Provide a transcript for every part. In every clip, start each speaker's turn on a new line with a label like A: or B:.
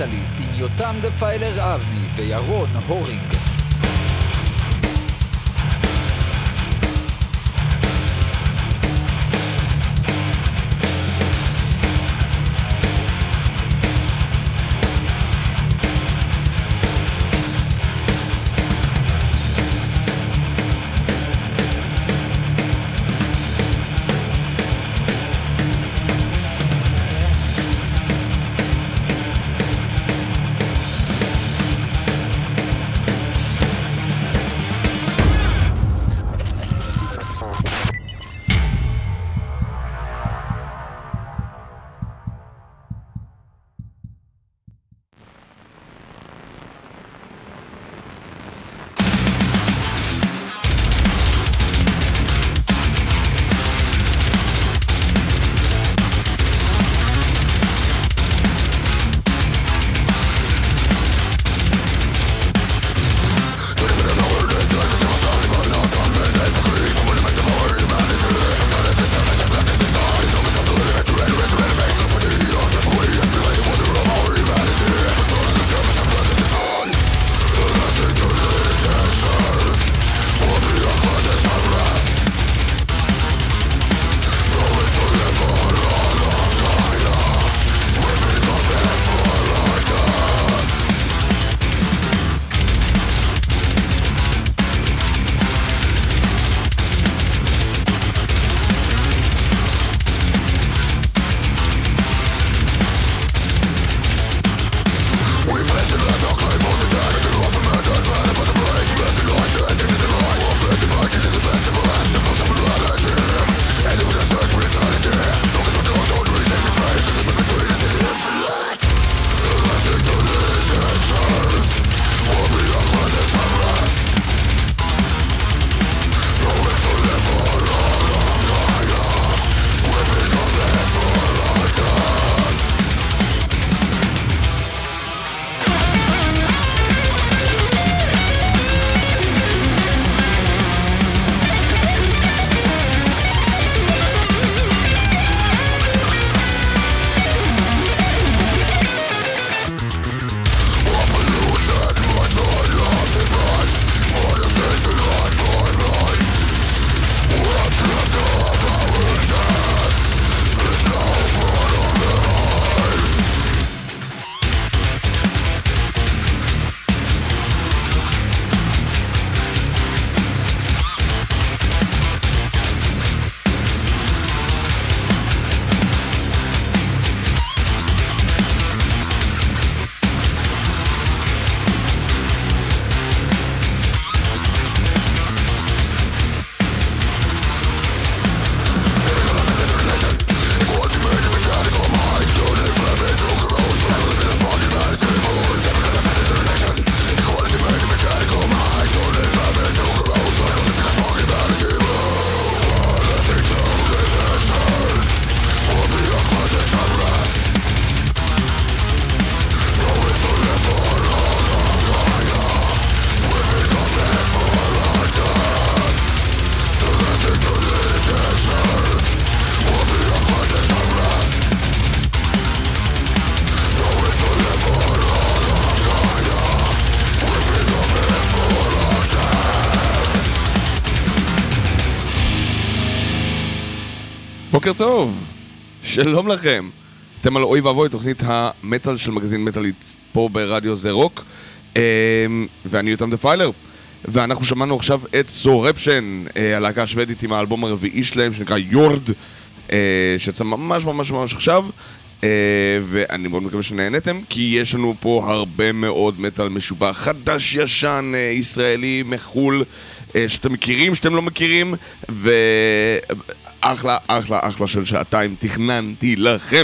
A: מטליסט עם יותם דפיילר אבני וירון הורינג.
B: בוקר טוב, שלום לכם. אתם על אוי ואבוי, תוכנית המטל של מגזין מטליסט פה ברדיו זה רוק, ואני יותם דפיילר, ואנחנו שמענו עכשיו את סורפשן, הלהקה השוודית עם האלבום הרביעי שלהם שנקרא יורד, שיצא ממש ממש ממש עכשיו, ואני מאוד מקווה שנהנתם, כי יש לנו פה הרבה מאוד מטל משובח, חדש ישן, ישראלי, מחול, שאתם מכירים, שאתם לא מכירים, אחלה, אחלה, אחלה של שעתיים תכננתי לכם.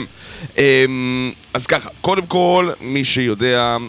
B: אז ככה, קודם כל, מי שיודע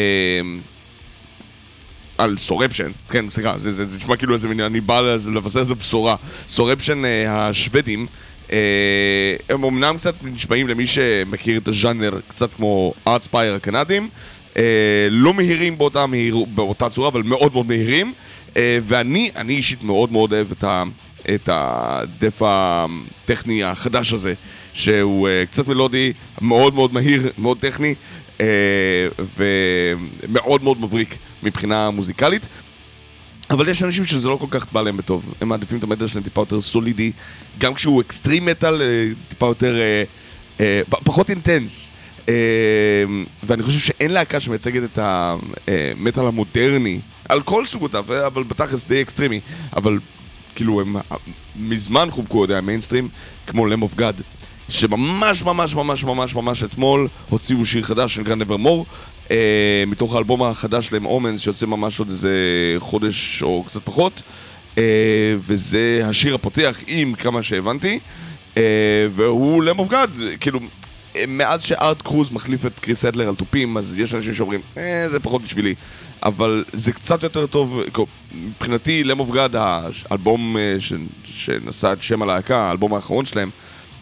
B: על סורפשן, כן, סליחה, זה נשמע כאילו איזה מיני, אני בא לבסס איזה בשורה. סורפשן השוודים, הם אומנם קצת נשמעים למי שמכיר את הז'אנר, קצת כמו ארטספייר הקנדים, לא מהירים באותה צורה, אבל מאוד מאוד מהירים, ואני אישית מאוד מאוד אוהב את הדף הטכני החדש הזה, שהוא קצת מלודי, מאוד מאוד מהיר, מאוד טכני, ומאוד מאוד מבריק מבחינה מוזיקלית. אבל יש אנשים שזה לא כל כך בא להם בטוב. הם מעדיפים את המטל שלהם טיפה יותר סולידי, גם כשהוא אקסטרים מטל, טיפה יותר, פחות אינטנס. ואני חושב שאין להקה שמייצגת את המטל המודרני, על כל סוגותיו, אבל בתכלס די אקסטרימי. אבל כאילו הם מזמן חובקו, יודע, מיינסטרים, כמו Lamb of God, שממש ממש ממש ממש ממש אתמול הוציאו שיר חדש שנקרא Nevermore, מתוך האלבום החדש שלהם אומנס, שיוצא ממש עוד איזה חודש או קצת פחות, וזה השיר הפותח עם כמה שהבנתי, והוא Lamb of God. כאילו מאז שארט קרוז מחליף את קריס אדלר על טופים, אז יש אנשים שאומרים זה פחות בשבילי, אבל זה קצת יותר טוב. מבחינתי Lamb of God, האלבום שנשא את שם הלהקה, האלבום האחרון שלהם,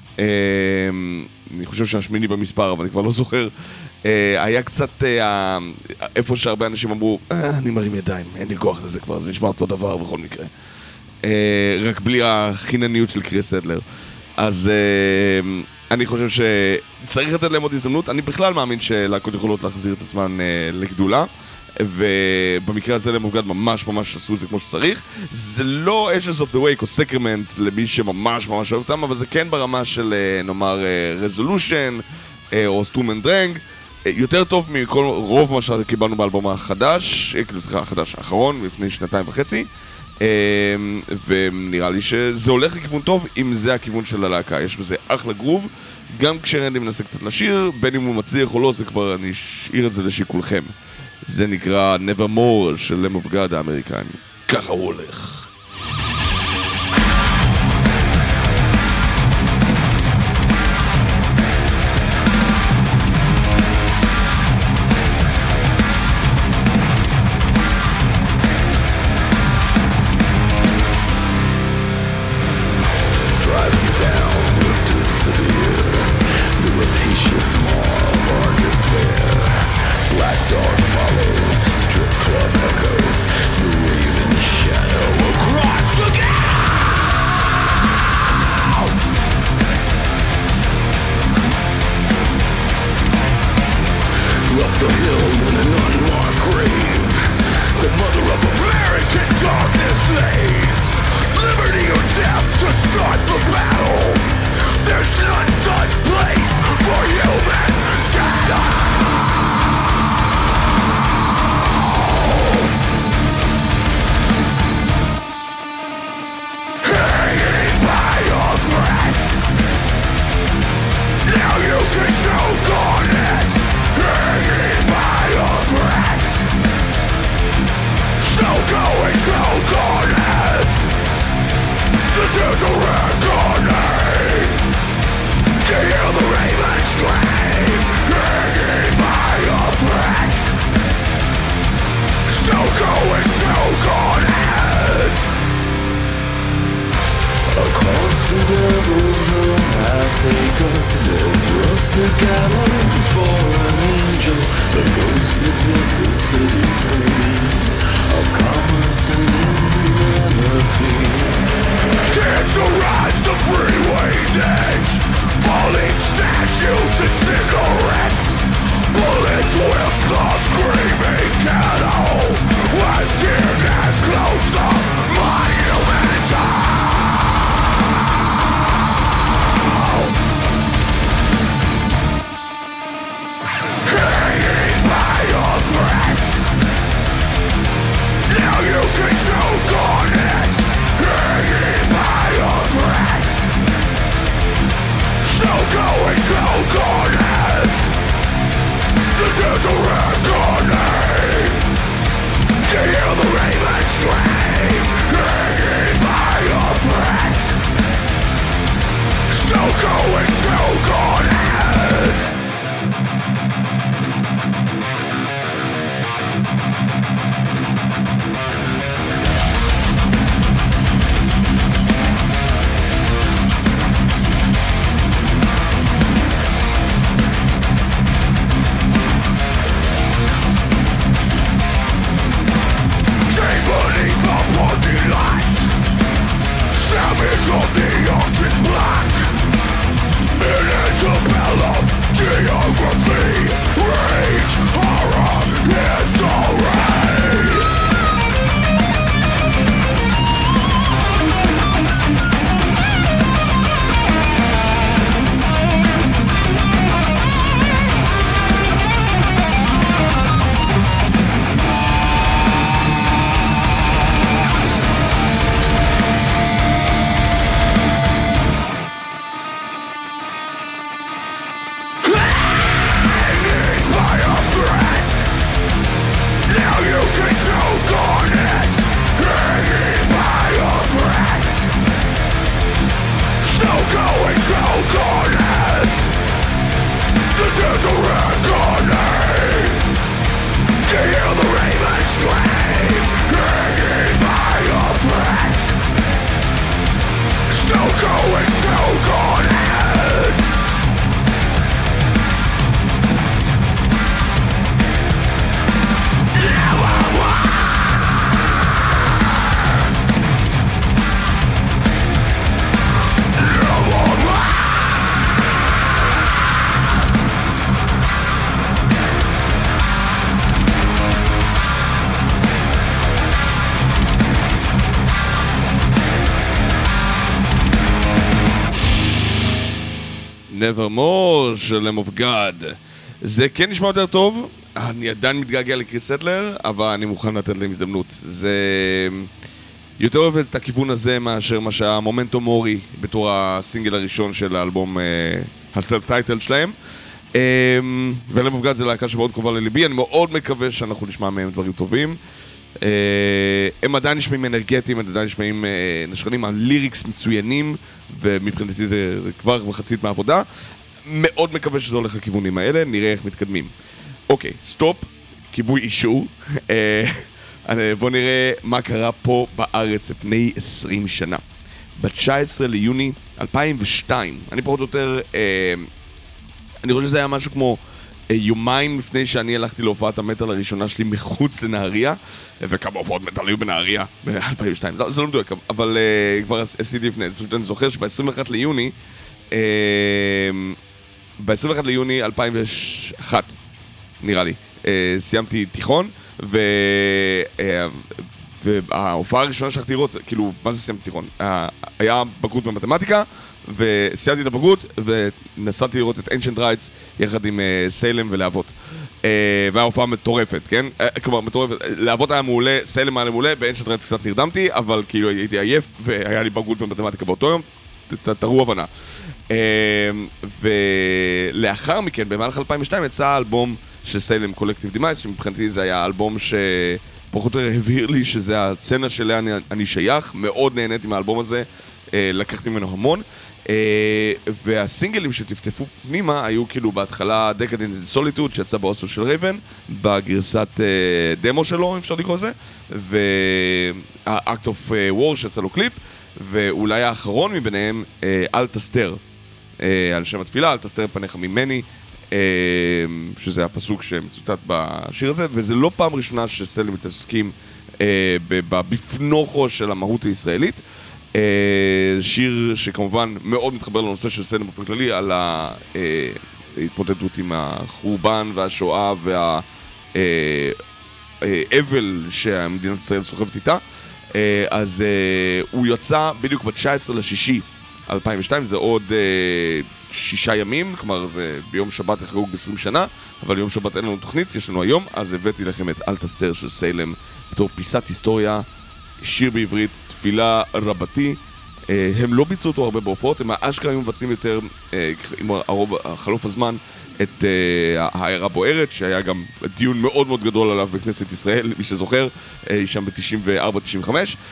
B: אני חושב שהשמיני במספר, אבל אני כבר לא זוכר, היה קצת איפה שהרבה אנשים אמרו אני מרים ידיים, אין לי כוח לזה כבר, זה נשמע אותו דבר בכל מקרה, רק בלי החינניות של קריס אדלר. אז אני חושב שצריך לתת להם עוד הזדמנות. אני בכלל מאמין שלהקות יכולות להחזיר את עצמן לגדולה, ובמקרה הזה Lamb of God ממש ממש עשו את זה כמו שצריך. זה לא Ashes of the Wake או Sacrament למי שממש ממש אוהב אותם, אבל זה כן ברמה של נאמר Resolution או Sturm and Drang, יותר טוב מכל רוב מה שקיבלנו באלבום החדש, כאילו סליחה, החדש האחרון לפני 2.5, ונראה לי שזה הולך לכיוון טוב אם זה הכיוון של הלהקה. יש בזה אחלה גרוב, גם כשרנדי מנסה קצת לשיר, בין אם הוא מצליח או לא, זה כבר, אני אשאיר את זה לשיקולכם. זה נקרא Nevermore של Lamb of God האמריקאים. ככה הוא הולך. Nevermore של Lamb of God. זה כן נשמע יותר טוב, אני עדיין מתגעגע לקריס סטלר, אבל אני מוכן לתת להם הזדמנות. זה יותר אוהב את הכיוון הזה מאשר מה שהיה מומנטו מורי בתור הסינגל הראשון של האלבום הסלף טייטל שלהם. ולמב אוף גאד זה להקה שמאוד קרובה לליבי, אני מאוד מקווה שאנחנו נשמע מהם דברים טובים. הם עדיין נשמעים אנרגטיים, עדיין נשמעים נשכנים על ליריקס מצוינים, ומבחינתי זה כבר מחצית מהעבודה. מאוד מקווה שזה הולך לכיוונים האלה, נראה איך מתקדמים. אוקיי, סטופ, כיבוי אישור. בואו נראה מה קרה פה בארץ לפני 20 שנה. ב-19 ליוני 2002, אני פחות או יותר, אני חושב שזה היה משהו כמו יומיים לפני שאני הלכתי להופעת המטל הראשונה שלי מחוץ לנהריה, וכמה הופעות מטל היו בנהריה ב-2002, לא, זה לא מדויק, אבל כבר עשיתי לפני, אני זוכר שב-21 ליוני, ב-21 ליוני 2001, נראה לי, סיימתי תיכון, וההופעה הראשונה שהלכתי לראות, כאילו, מה זה סיימתי תיכון? היה בגרות במתמטיקה, וסיימתי את הבגרות, ונסעתי לראות את Ancient Rites יחד עם סיילם ולהבות. וההופעה מטורפת, כן? כלומר, מטורפת. להבות היה מעולה, סיילם היה מעולה, ב-Ancient Rites קצת נרדמתי, אבל כאילו הייתי עייף, והיה לי בגרות במתמטיקה באותו יום, תראו הבנה. ולאחר מכן, במהלך 2002, יצא האלבום של סיילם קולקטיב דימייס, שמבחינתי זה היה אלבום שפחות או יותר הבהיר לי שזה הצנה שאליה אני שייך, מאוד נהניתי מהאלבום הזה, לקחתי ממנו המון, והסינגלים שטפטפו פנימה היו כאילו בהתחלה Decadence in Solitude שיצא באוסף של רייבן, בגרסת דמו שלו, אפשר לקרוא לזה, ו-Act of War שיצא לו קליפ, ואולי האחרון מביניהם, אל תסתר, על שם התפילה, אל תסתר פניך ממני, שזה הפסוק שמצוטט בשיר הזה, וזה לא פעם ראשונה שסלם מתעסקים בפנוכו של המהות הישראלית. שיר שכמובן מאוד מתחבר לנושא של סלם באופן כללי, על ההתמודדות עם החורבן והשואה והאבל שהמדינת ישראל סוחבת איתה. אז הוא יצא בדיוק ב-19 לשישי 2002, זה עוד 6 ימים, כלומר זה ביום שבת יחגוג 20 שנה, אבל ביום שבת אין לנו תוכנית, יש לנו היום, אז הבאתי לכם את אל תסתר של סיילם בתור פיסת היסטוריה, שיר בעברית, תפילה רבתי. הם לא ביצעו אותו הרבה בהופעות, הם האשכרה היו מבצעים יותר עם חלוף הזמן את העיירה בוערת, שהיה גם דיון מאוד מאוד גדול עליו בכנסת ישראל, מי שזוכר, שם ב-94-95,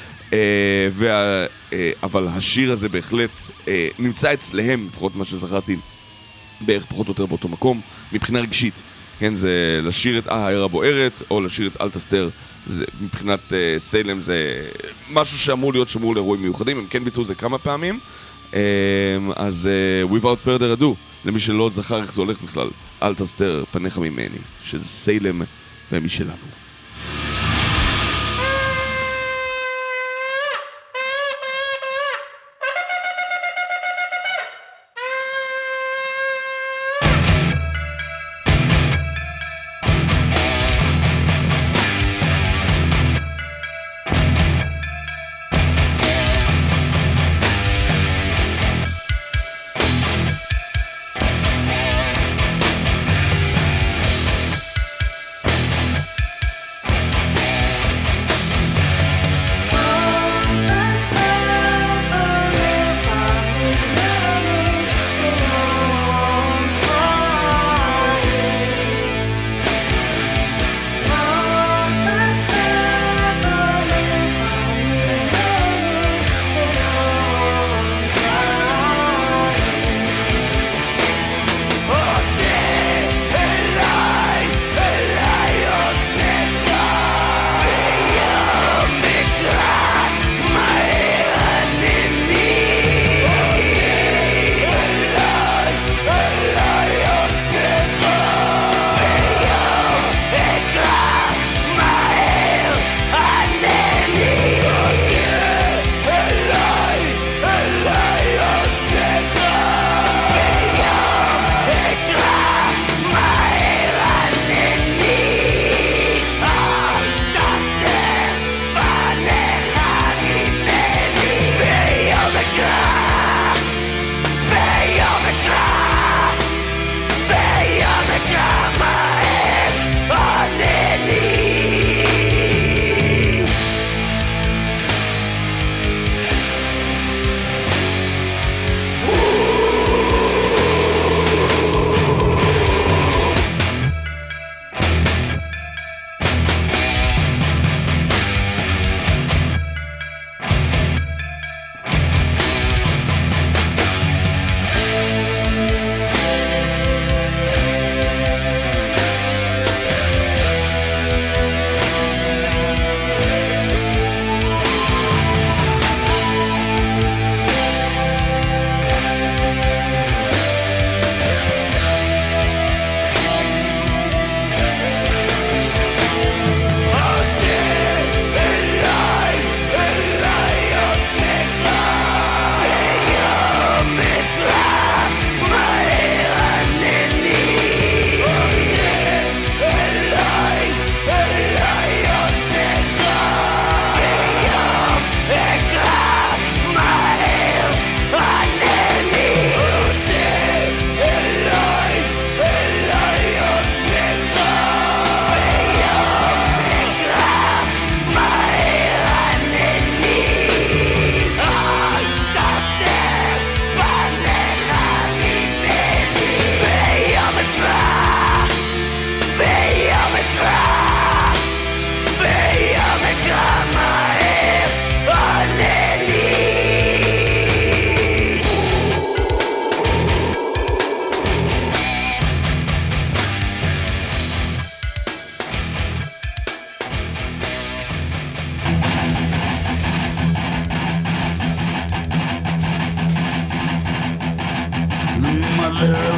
B: אבל השיר הזה בהחלט נמצא אצלהם, לפחות מה שזכרתי, בערך פחות או יותר באותו מקום, מבחינה רגשית. כן, זה לשיר את העיירה בוערת, או לשיר את אל תסתר. מבחינת סיילם זה משהו שאמור להיות שמור לאירועים מיוחדים, הם כן ביצעו את זה כמה פעמים. אז without further ado, למי שלא זכר איך זה הולך בכלל, אל תסתר פניך ממני, של סיילם ומי שלנו.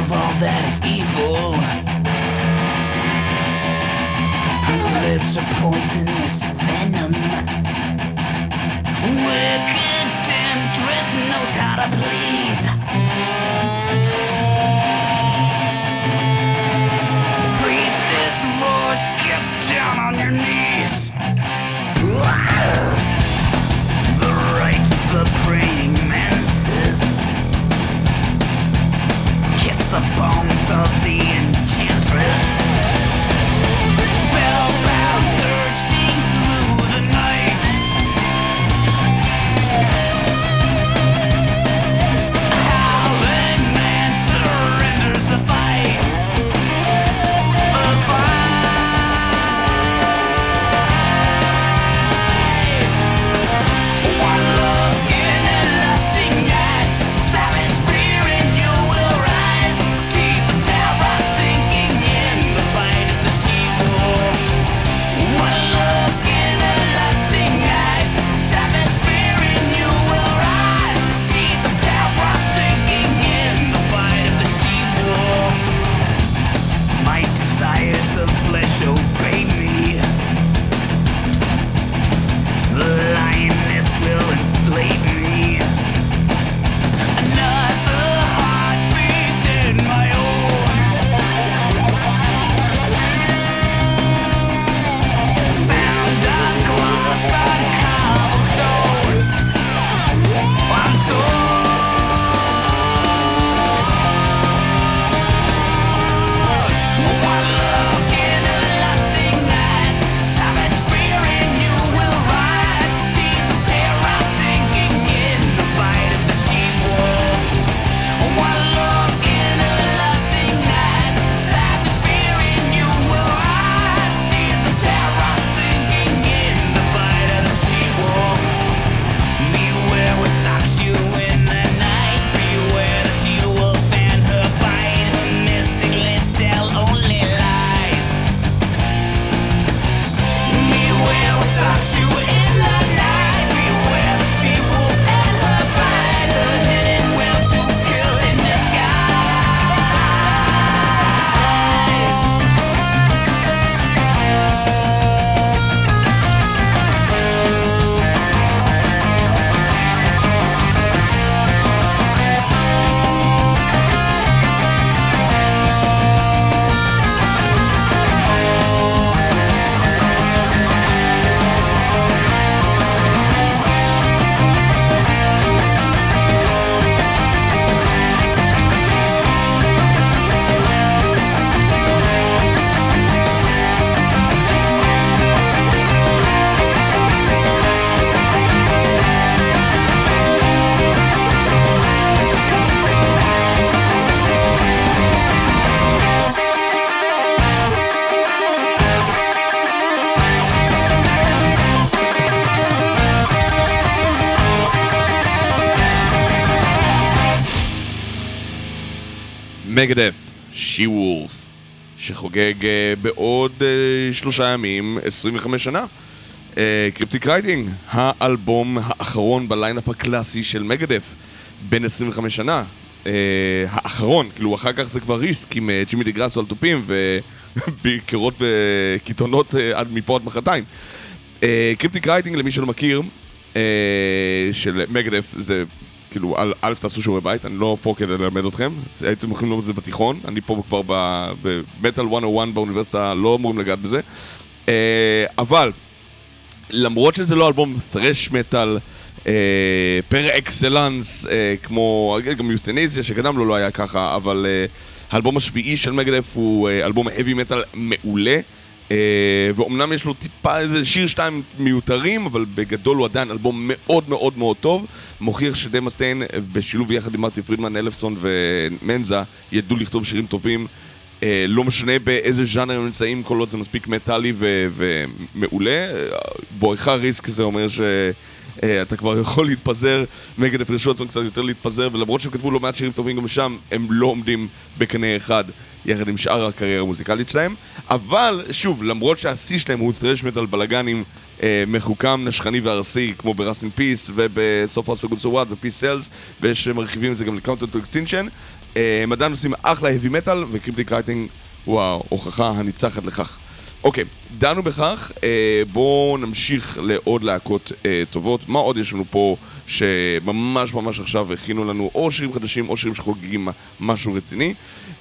C: of all that is evil. Her lips are poisonous venom. Wicked temptress knows how to please. Priestess roars, get down on your knees. The rites of the praying mantis kiss the bones of the enchantress. Spellbound searching through the night. Howling man surrenders the fight. The fight. One look in her lusting eyes, savage fear in you will rise. Deep as terror sinking in the bite of the she-wolf. One look in her lusting eyes, savage fear in you will rise. Deep as terror sinking in the bite of the she-wolf. My desires of flesh obey me. The lioness will enslave me. Another heartbeat in my own. Sound of glass on cobblestone. I'm One look in her lusting eyes, savage fear in you will rise. Deep terror sinking in the bite of the she-wolf. One look in her lusting eyes, savage fear in you will rise. Deep terror sinking in the bite of the she-wolf. Beware what stalks you in the night. Beware the she-wolf and her bite. Her mystic lids tell only lies. Beware what stalks you in the night. Beware the she-wolf and her bite. The hidden will to kill in
B: מגדף, She-Wolf, שחוגג בעוד 3 ימים 25 שנה. קריפטיק רייטינג, האלבום האחרון בליינאפ הקלאסי של מגדף, בין 25 שנה. האחרון, כאילו אחר כך זה כבר ריסק עם ג'ימי דה גראסו על תופים ובקרות וקיתונות עד מפה עד מחרתיים. קריפטיק רייטינג, למי שלא מכיר, של מגדף, זה כאילו, א' תעשו שיעורי בית, אני לא פה כדי ללמד אתכם, הייתם יכולים ללמוד את זה בתיכון, אני פה כבר במטל 101 באוניברסיטה, לא אמורים לגעת בזה, אבל למרות שזה לא אלבום thrash metal פר אקסלנס, כמו גם יותנזיה שקדם לו לא היה ככה, אבל האלבום השביעי של מגדף הוא אלבום heavy metal מעולה, ואומנם יש לו טיפה איזה שיר 2 מיותרים, אבל בגדול הוא עדיין אלבום מאוד מאוד מאוד טוב. מוכיח שדייב מסטיין בשילוב יחד עם מרטי פרידמן, אלפסון ומנזה ידעו לכתוב שירים טובים, לא משנה באיזה ז'אנר הם נמצאים, כל עוד זה מספיק מטאלי ומעולה. בואכה ריסק זה אומר אתה כבר יכול להתפזר, מגד הפרשו עצמם קצת יותר להתפזר, ולמרות שהם כתבו לא מעט שירים טובים גם שם, הם לא עומדים בקנה אחד יחד עם שאר הקריירה המוזיקלית שלהם. אבל שוב, למרות שהשיא שלהם הוא thrash metal בלגנים מחוכם, נשכני וארסי, כמו ב-Rust in Peace ובסוף So Good So What ו-Peace Cells, ויש מרחיבים את זה גם ל-Counter to Extinction, הם עדיין עושים אחלה heavy metal, וקריפטיק רייטינג הוא ההוכחה הניצחת לכך. אוקיי, דנו בכך, בואו נמשיך לעוד להקות טובות. מה עוד יש לנו פה שממש ממש עכשיו הכינו לנו או שירים חדשים או שירים שחוגגים משהו רציני?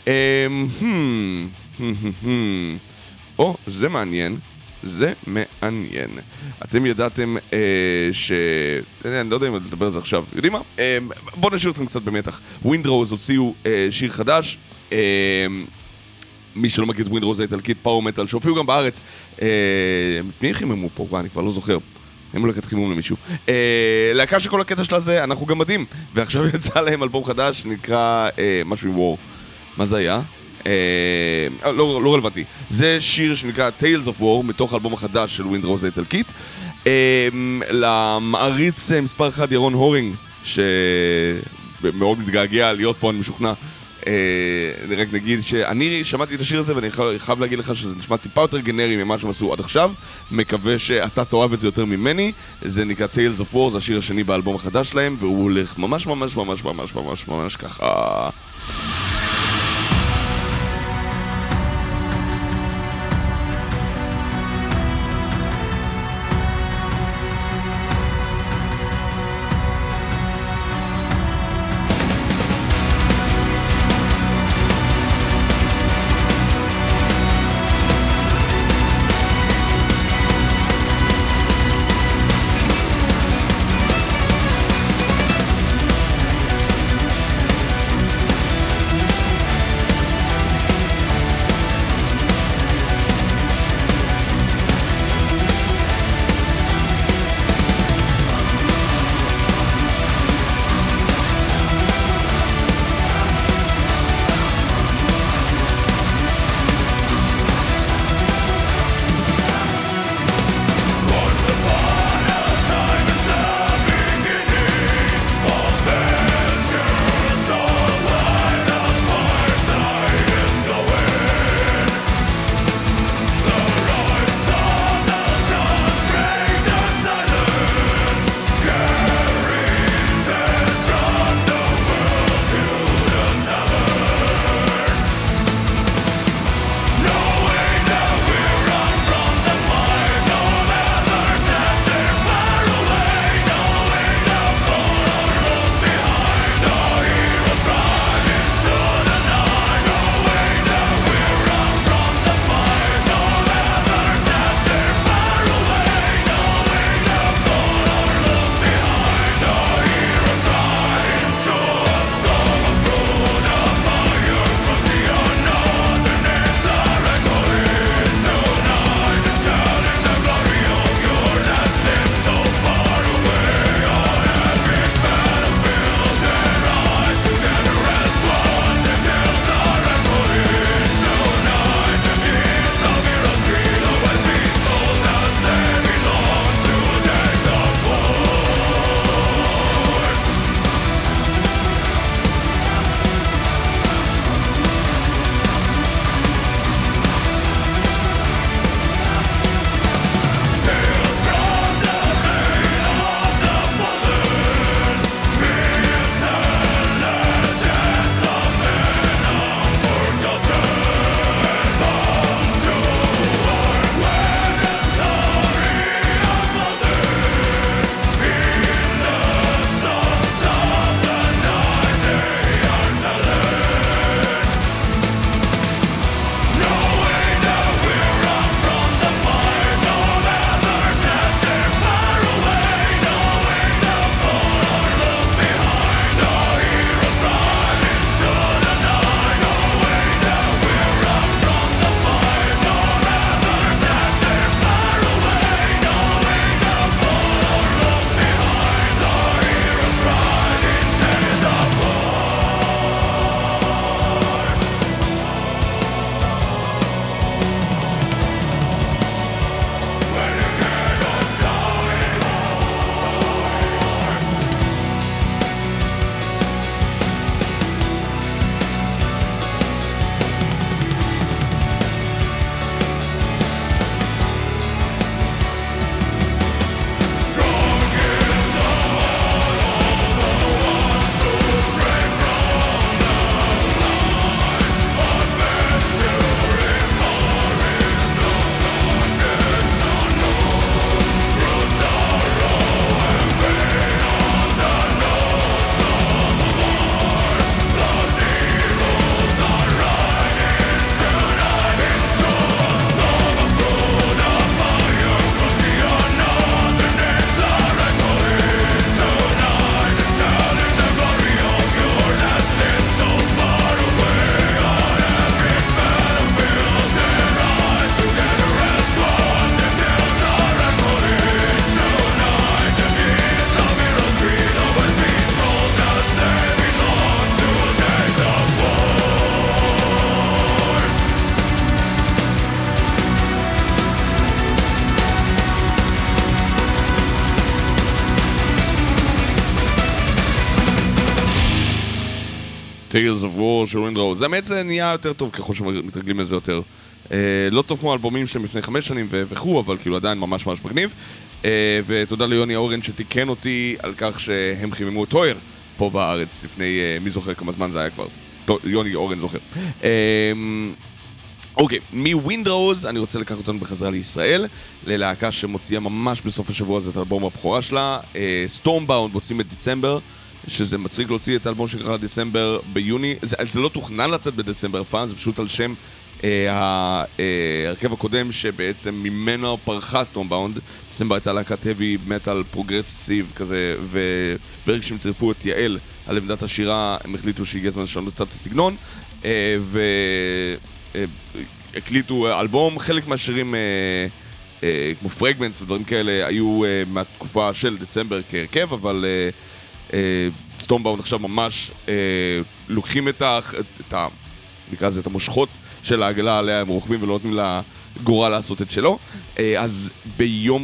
B: זה מעניין. זה מעניין. אתם ידעתם אני לא יודע אם לדבר על זה עכשיו. יודעים מה? בואו נשאיר אתכם קצת במתח. ווינדרוז הוציאו שיר חדש. מי שלא מכיר את ווינדרוז האיטלקית, פאור מטל, שהופיעו גם בארץ. מי חיממו פה? אני כבר לא זוכר. הם אולי חימום למישהו. להקה שכל הקטע שלה זה, אנחנו גם מדהים. ועכשיו יצא להם אלבום חדש שנקרא משהו עם וור. מה זה היה? לא רלוונטי. זה שיר שנקרא Tales of War, מתוך האלבום החדש של ווינדרוז האיטלקית. למעריץ מספר 1 ירון הורינג, שמאוד מתגעגע להיות פה, אני משוכנע. אני רק נגיד שאני שמעתי את השיר הזה ואני חייב להגיד לך שזה נשמע טיפה יותר גנרי ממה שהם עשו עד עכשיו. מקווה שאתה תאהב את זה יותר ממני. זה נקרא Tales of War, זה השיר השני באלבום החדש שלהם, והוא הולך ממש ממש ממש ממש ממש ממש ככה. Tales of War של ווינדרוז. האמת זה נהיה יותר טוב ככל שמתרגלים לזה יותר. לא טוב כמו אלבומים שהם לפני 5 שנים וכו', אבל כאילו עדיין ממש ממש מגניב. ותודה ליוני אורן שתיקן אותי על כך שהם חיממו את טויר פה בארץ לפני, מי זוכר כמה זמן זה היה כבר? יוני אורן זוכר. אוקיי, מווינדרוז אני רוצה לקחת אותנו בחזרה לישראל, ללהקה שמוציאה ממש בסוף השבוע הזה את האלבום הבכורה שלה. סטורמבאונד מוצאים את דצמבר, שזה מצחיק להוציא את האלבום שנקרא דצמבר ביוני. זה לא תוכנן לצאת בדצמבר אף פעם, זה פשוט על שם ההרכב הקודם שבעצם ממנו פרחה סטורמבאונד. דצמבר הייתה להקת heavy metal פרוגרסיב כזה, וברגע שהם צירפו את יעל על עמדת השירה הם החליטו שהגיע הזמן לשנות קצת את הסגנון, הקליטו אלבום. חלק מהשירים כמו פרגמנטס ודברים כאלה היו מהתקופה של דצמבר כהרכב, אבל סטורמבאונד עכשיו ממש לוקחים את נקרא לזה את המושכות של העגלה עליה הם רוכבים ולא נותנים לגורל לעשות את שלו. אז ביום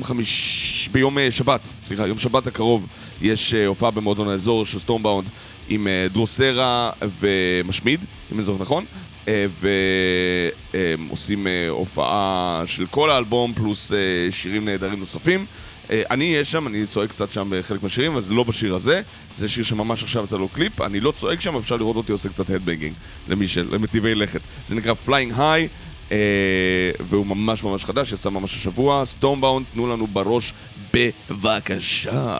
B: שבת הקרוב יש הופעה במועדון האזור של סטורמבאונד עם דרוסרה ומשמיד, אם אני זוכר נכון, והם עושים הופעה של כל האלבום פלוס שירים נהדרים נוספים. אני אהיה שם, אני צועק קצת שם בחלק מהשירים, אבל זה לא בשיר הזה, זה שיר שממש עכשיו יצא לו קליפ. אני לא צועק שם, אפשר לראות אותי עושה קצת הדבנגינג למטיבי לכת. זה נקרא Flying High, והוא ממש ממש חדש, יצא ממש השבוע. סטורמבאונד, תנו לנו בראש בבקשה.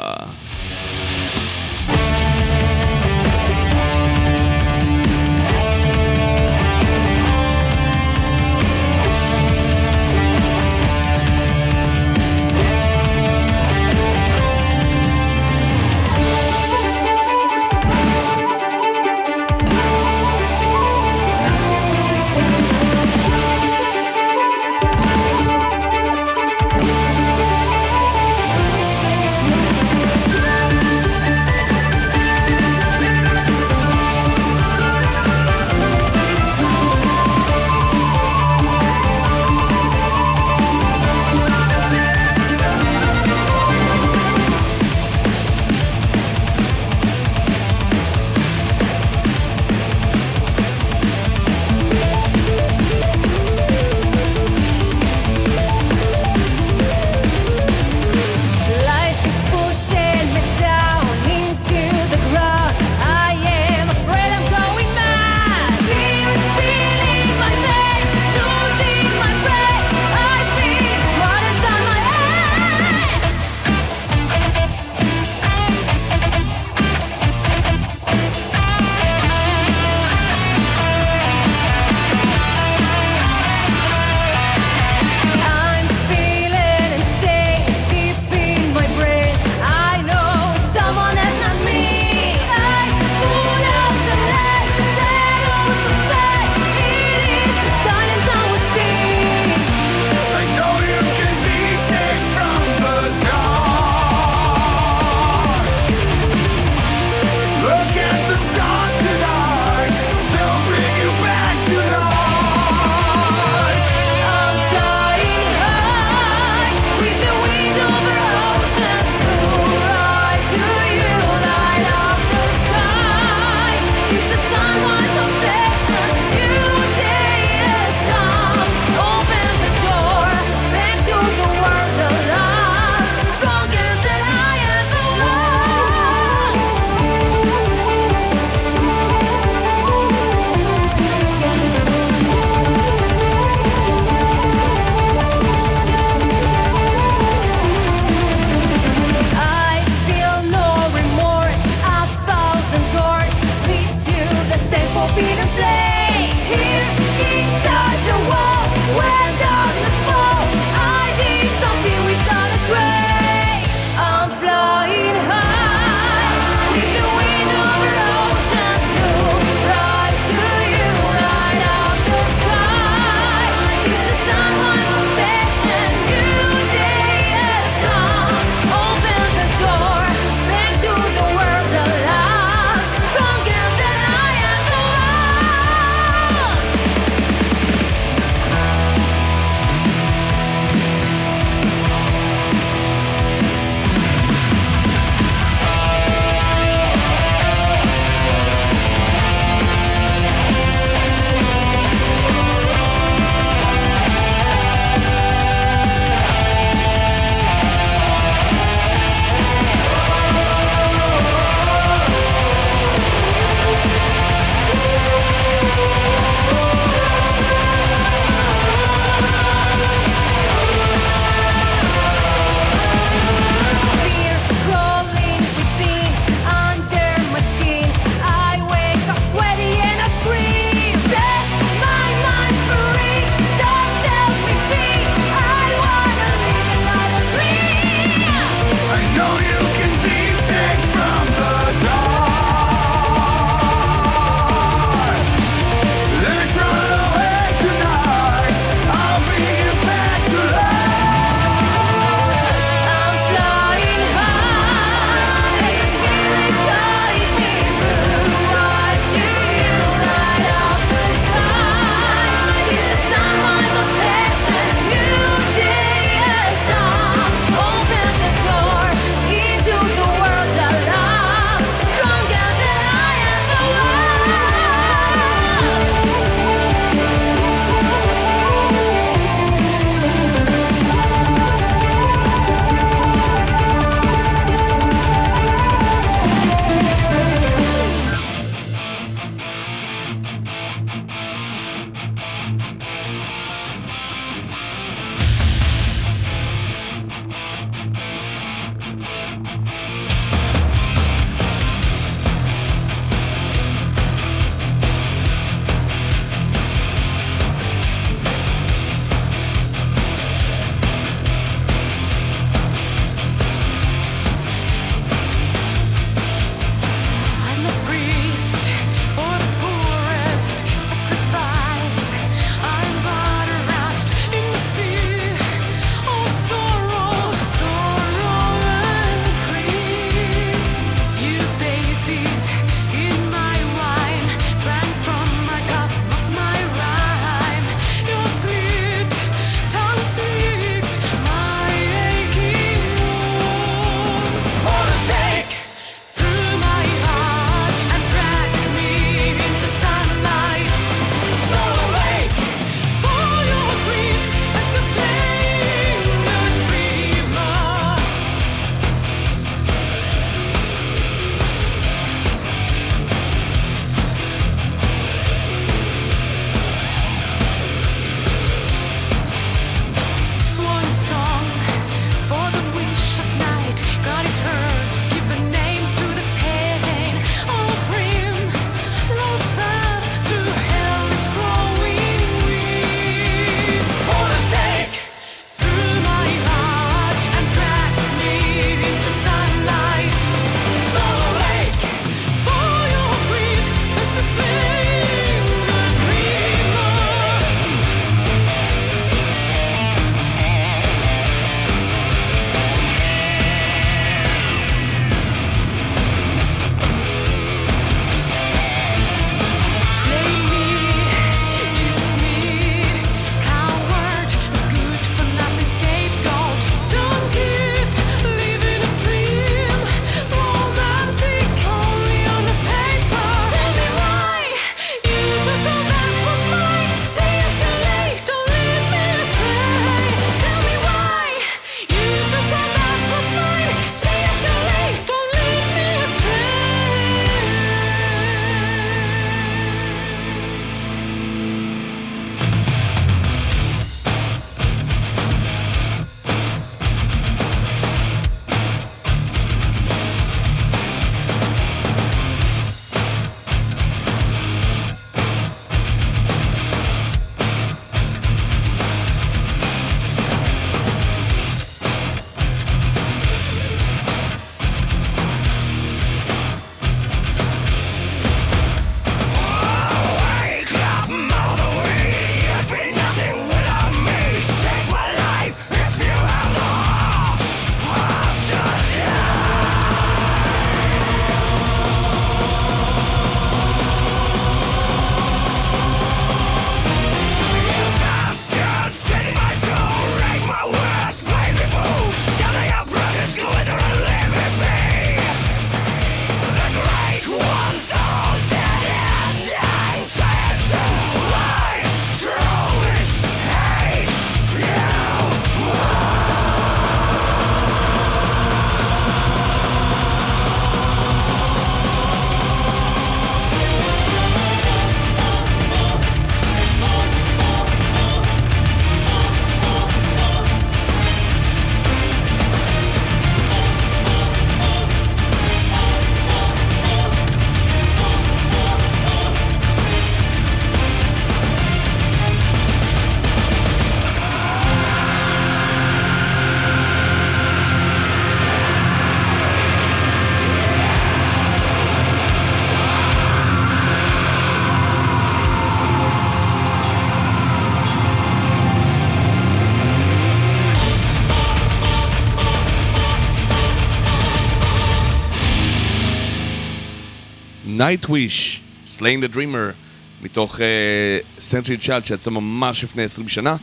B: Nightwish, Slaying the Dreamer, מתוך Century Child שיצא ממש לפני 20 שנה.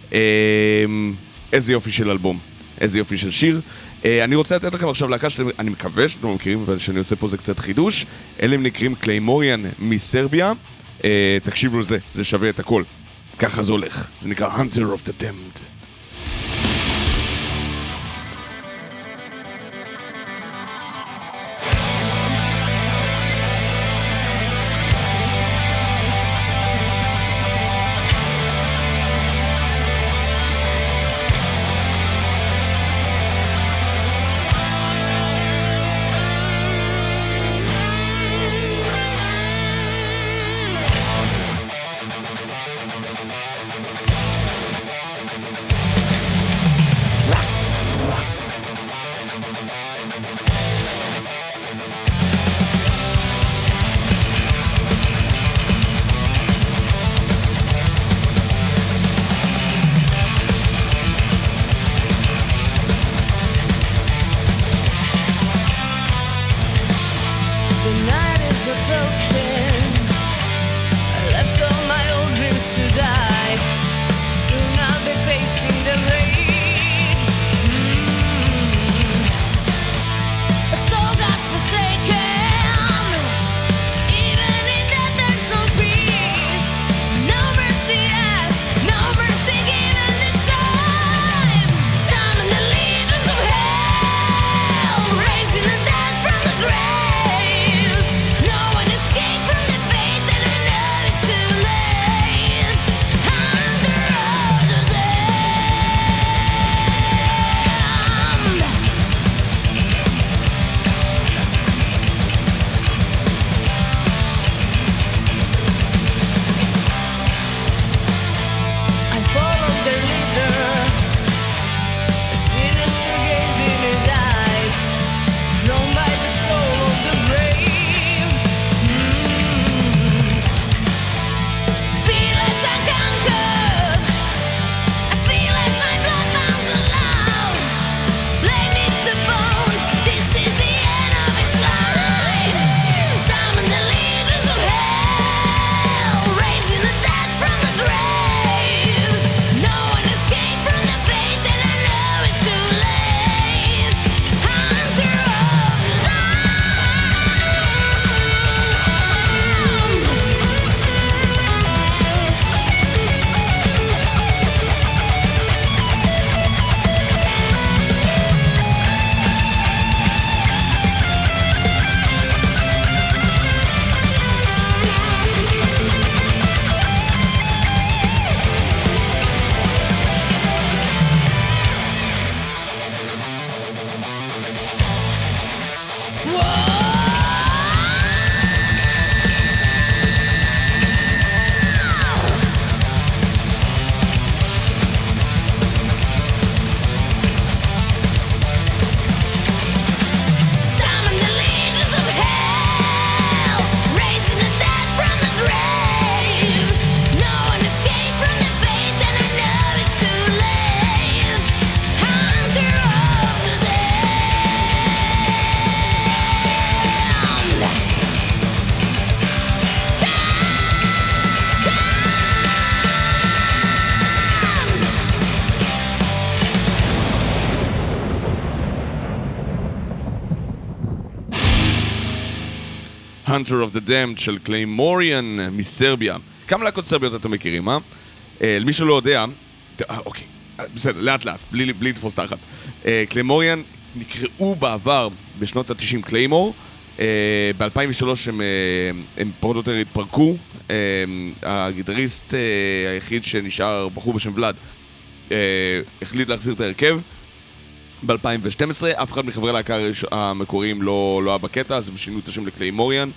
B: איזה יופי של אלבום, איזה יופי של שיר. אני רוצה לתת לכם עכשיו להקה שאני מקווה שאתם לא מכירים, ושאני עושה פה זה קצת חידוש. אלה הם נקראים קליימוריאן מסרביה. תקשיבו לזה, זה שווה את הכל. ככה זה הולך, זה נקרא Hunter of the Damned. Hunter of the Damned של קליימוריאן מסרביה. כמה להקות סרביות אתם מכירים, אה? למי שלא יודע, אוקיי, בסדר, לאט לאט, בלי לתפוס תחת. קליימוריאן נקראו בעבר בשנות ה-90 קליימור. ב-2003 הם פחות או יותר התפרקו. הגיטריסט היחיד שנשאר, בחור בשם ולד, החליט להחזיר את ההרכב. ב-2012, אף אחד מחברי להקה המקוריים לא היה בקטע, אז הם שינו את השם לקליימוריאן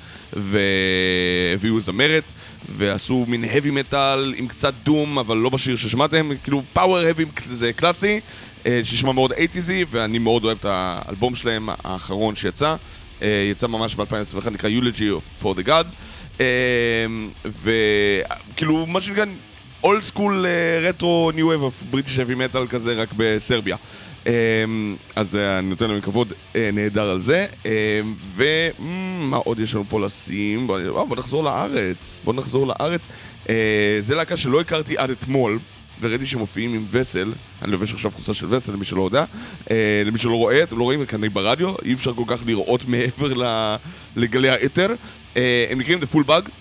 B: והביאו זמרת ועשו מין heavy metal עם קצת דום, אבל לא בשיר ששמעתם, כאילו power heavy זה קלאסי, ששמע מאוד 80', ואני מאוד אוהב את האלבום שלהם האחרון שיצא, יצא ממש ב-2021, נקרא Eulogy for the Gods, וכאילו מה שנקרא אולד סקול רטרו ניו וייב אוף בריטיש האבי מטאל כזה, רק בסרביה. אז אני נותן להם כבוד נהדר על זה. ומה עוד יש לנו פה לשים? בוא נחזור לארץ. זה להקה שלא הכרתי עד אתמול, וראיתי שמופיעים עם וסל. אני לובש עכשיו חולצה של וסל, למי שלא יודע. למי שלא רואה, אתם לא רואים כאן ברדיו, אי אפשר כל כך לראות מעבר לגלי האתר. הם נקראים The Full Bug,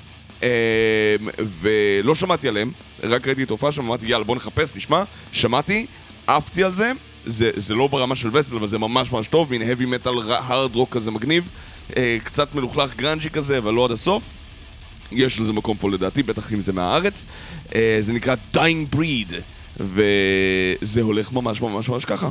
B: ולא שמעתי עליהם, רק ראיתי את ההופעה שם, אמרתי יאללה בוא נחפש, נשמע, שמעתי, עפתי על זה. זה לא ברמה של וסל, אבל זה ממש ממש טוב, מין heavy metal, hard rock כזה מגניב, קצת מלוכלך גרנג'י כזה, אבל לא עד הסוף. יש לזה מקום פה לדעתי, בטח אם זה מהארץ. זה נקרא Dying Breed, וזה הולך ממש ממש ממש ככה.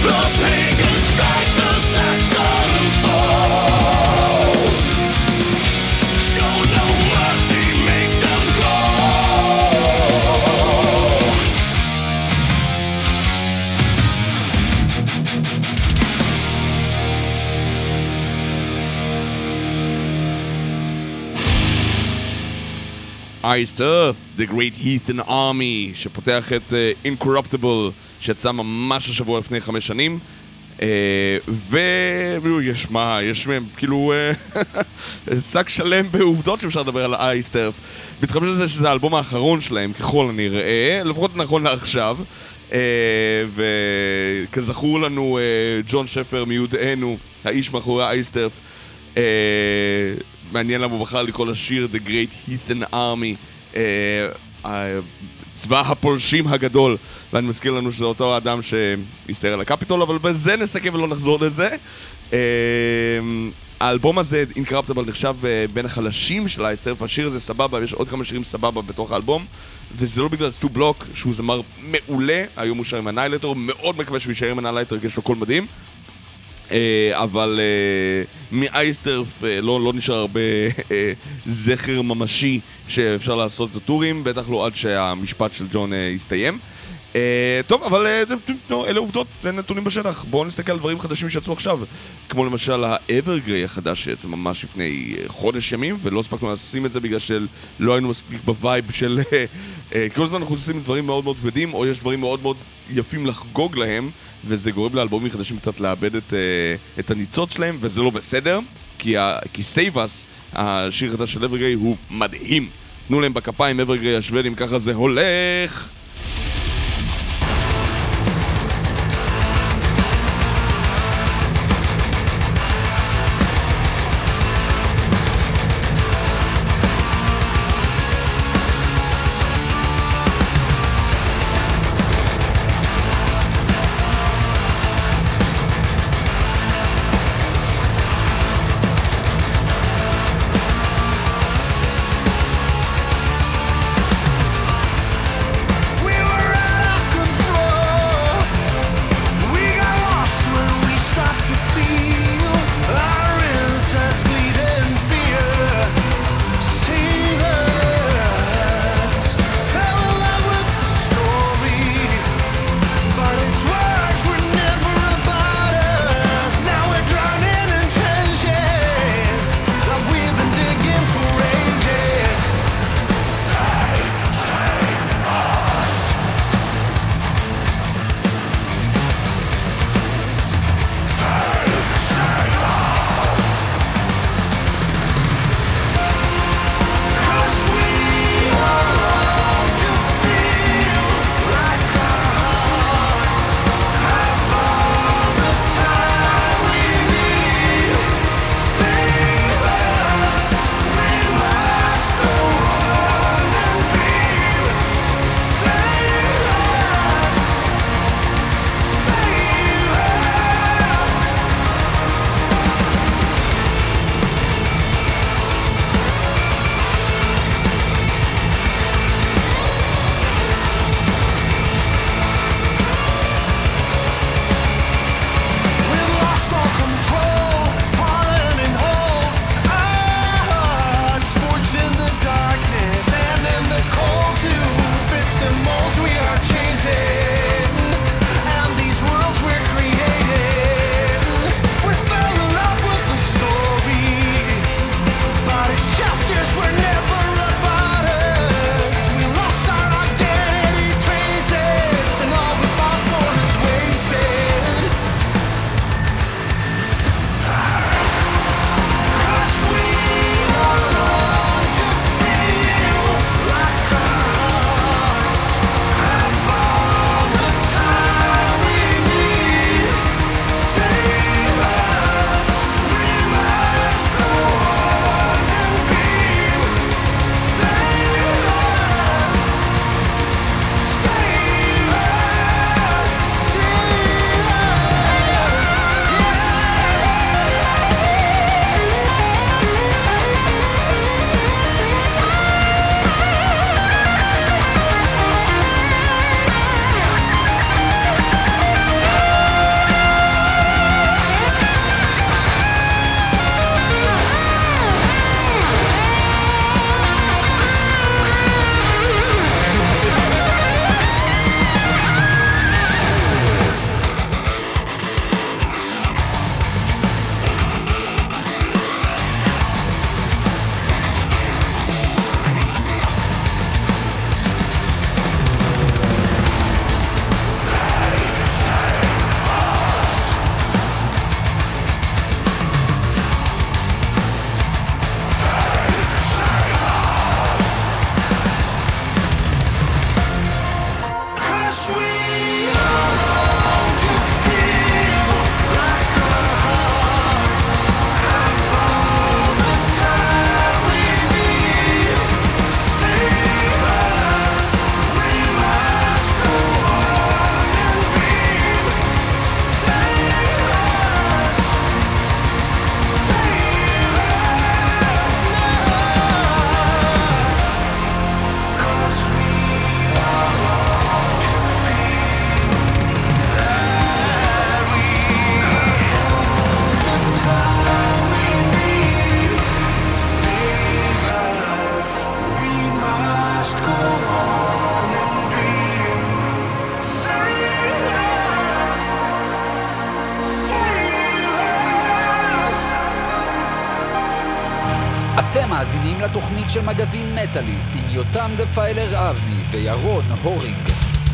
C: The pagans strike, the Saxons fall. Show no mercy, make them grow.
B: Iced Earth, The Great Heathen Army, שפותח את Incorruptible, שיצא ממש השבוע לפני 5 שנים. ויש כאילו שק שלם בעובדות שאפשר לדבר על Iced Earth. מתחמש לזה שזה האלבום האחרון שלהם, ככל הנראה, לפחות נכון לעכשיו. וכזכור לנו, ג'ון שפר מיודענו, האיש מאחורי Iced Earth, מעניין למה הוא בחר לקרוא לשיר The Great Heathen Army, צבא הפולשים הגדול, ואני מזכיר לנו שזה אותו האדם שהסתער על הקפיטול, אבל בזה נסכם ולא נחזור לזה. האלבום הזה, Incorruptible, נחשב בין החלשים של Iced Earth. השיר הזה סבבה, יש עוד כמה שירים סבבה בתוך האלבום, וזה לא בגלל סטו בלוק, שהוא זמר מעולה, היום הוא שר עם אנאילטור, מאוד מקווה שהוא יישאר עם אנאילטור, כי יש לו קול מדהים. אבל מ-Iced Earth לא נשאר הרבה זכר ממשי שאפשר לעשות את הטורים, בטח לא עד שהמשפט של ג'ון יסתיים. טוב, אבל אלה עובדות ונתונים בשטח. בואו נסתכל על דברים חדשים שיצאו עכשיו, כמו למשל ה-Evergrey החדש שיצא ממש לפני חודש ימים, ולא הספקנו לשים את זה בגלל שלא היינו מספיק בווייב של כל הזמן אנחנו עושים דברים מאוד מאוד כבדים, או יש דברים מאוד מאוד יפים לחגוג להם, וזה גורם לאלבומים חדשים קצת לאבד את הניצות שלהם, וזה לא בסדר, כי Save Us, השיר החדש של Evergrey, הוא מדהים. תנו להם בכפיים, Evergrey השוודים, ככה זה הולך.
A: מאזינים לתוכנית של מגזין מטאליסט עם יותם דפיילר אבני וירון הורינג.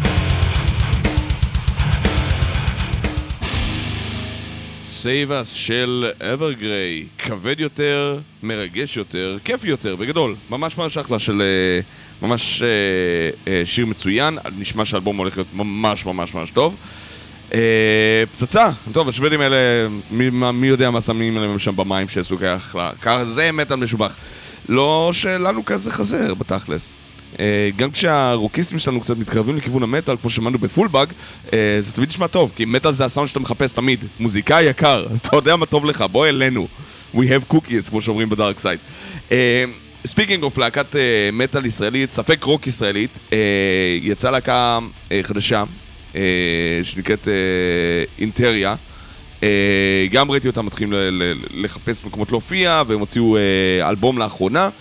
B: Save Us של אברגריי, כבד יותר, מרגש יותר, כיף יותר, בגדול. ממש אחלה של ממש שיר מצוין, נשמע שהאלבום הולך להיות ממש טוב. פצצה, טוב, השוודים האלה, מי יודע מה שמים עליהם שם במים שעשו ככה, זה מטל משובח. לא שלנו כזה חזר בתכלס. גם כשהרוקיסטים שלנו קצת מתקרבים לכיוון המטל, כמו שמענו בפולבאג, זה תמיד נשמע טוב, כי מטל זה הסאונד שאתה מחפש תמיד. מוזיקאי יקר, אתה יודע מה טוב לך, בוא אלינו. We have cookies, כמו שאומרים בדארק סייד. ספיקינג אוף להקת מטל ישראלית, ספק רוק ישראלית, יצאה להקה חדשה, שנקראת אינטריה. גם ראיתי אותם מתחילים לחפש מקומות להופיע, והם הוציאו אלבום לאחרונה.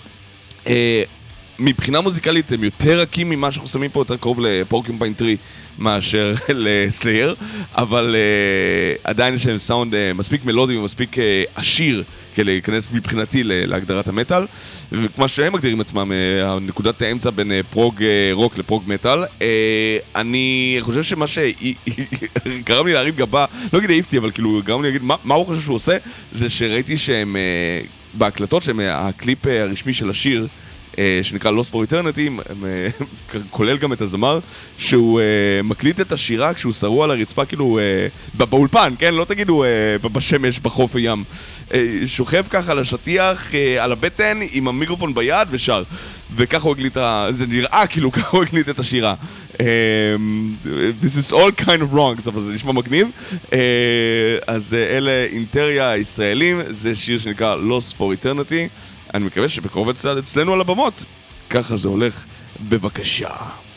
B: מבחינה מוזיקלית הם יותר רכים ממה שאנחנו שמים פה, יותר קרוב לפורקימפיין טרי מאשר לסלייר, אבל עדיין יש להם סאונד מספיק מלודי ומספיק עשיר כדי להיכנס מבחינתי להגדרת המטל, וכמה שהם מגדירים עצמם, נקודת האמצע בין פרוג רוק לפרוג מטל. אני חושב שמה שגרם לי להרים גבה, לא אגיד העיפתי, אבל כאילו גרם לי להגיד מה הוא חושב שהוא עושה, זה שראיתי שהם בהקלטות, שהם הקליפ הרשמי של השיר שנקרא Lost for Eternity, כולל גם את הזמר, שהוא מקליט את השירה כשהוא שרוע על הרצפה, כאילו באולפן, כן? לא תגידו בשמש, בחוף הים. שוכב ככה על השטיח, על הבטן, עם המיקרופון ביד ושר. וככה הוא הקליט, זה נראה כאילו ככה הוא הקליט את השירה. This is all kind of wrong, אבל זה נשמע מגניב. אז אלה אינטריה הישראלים, זה שיר שנקרא Lost for Eternity. אני מקווה שבקרוב אצלנו על הבמות. ככה זה הולך, בבקשה.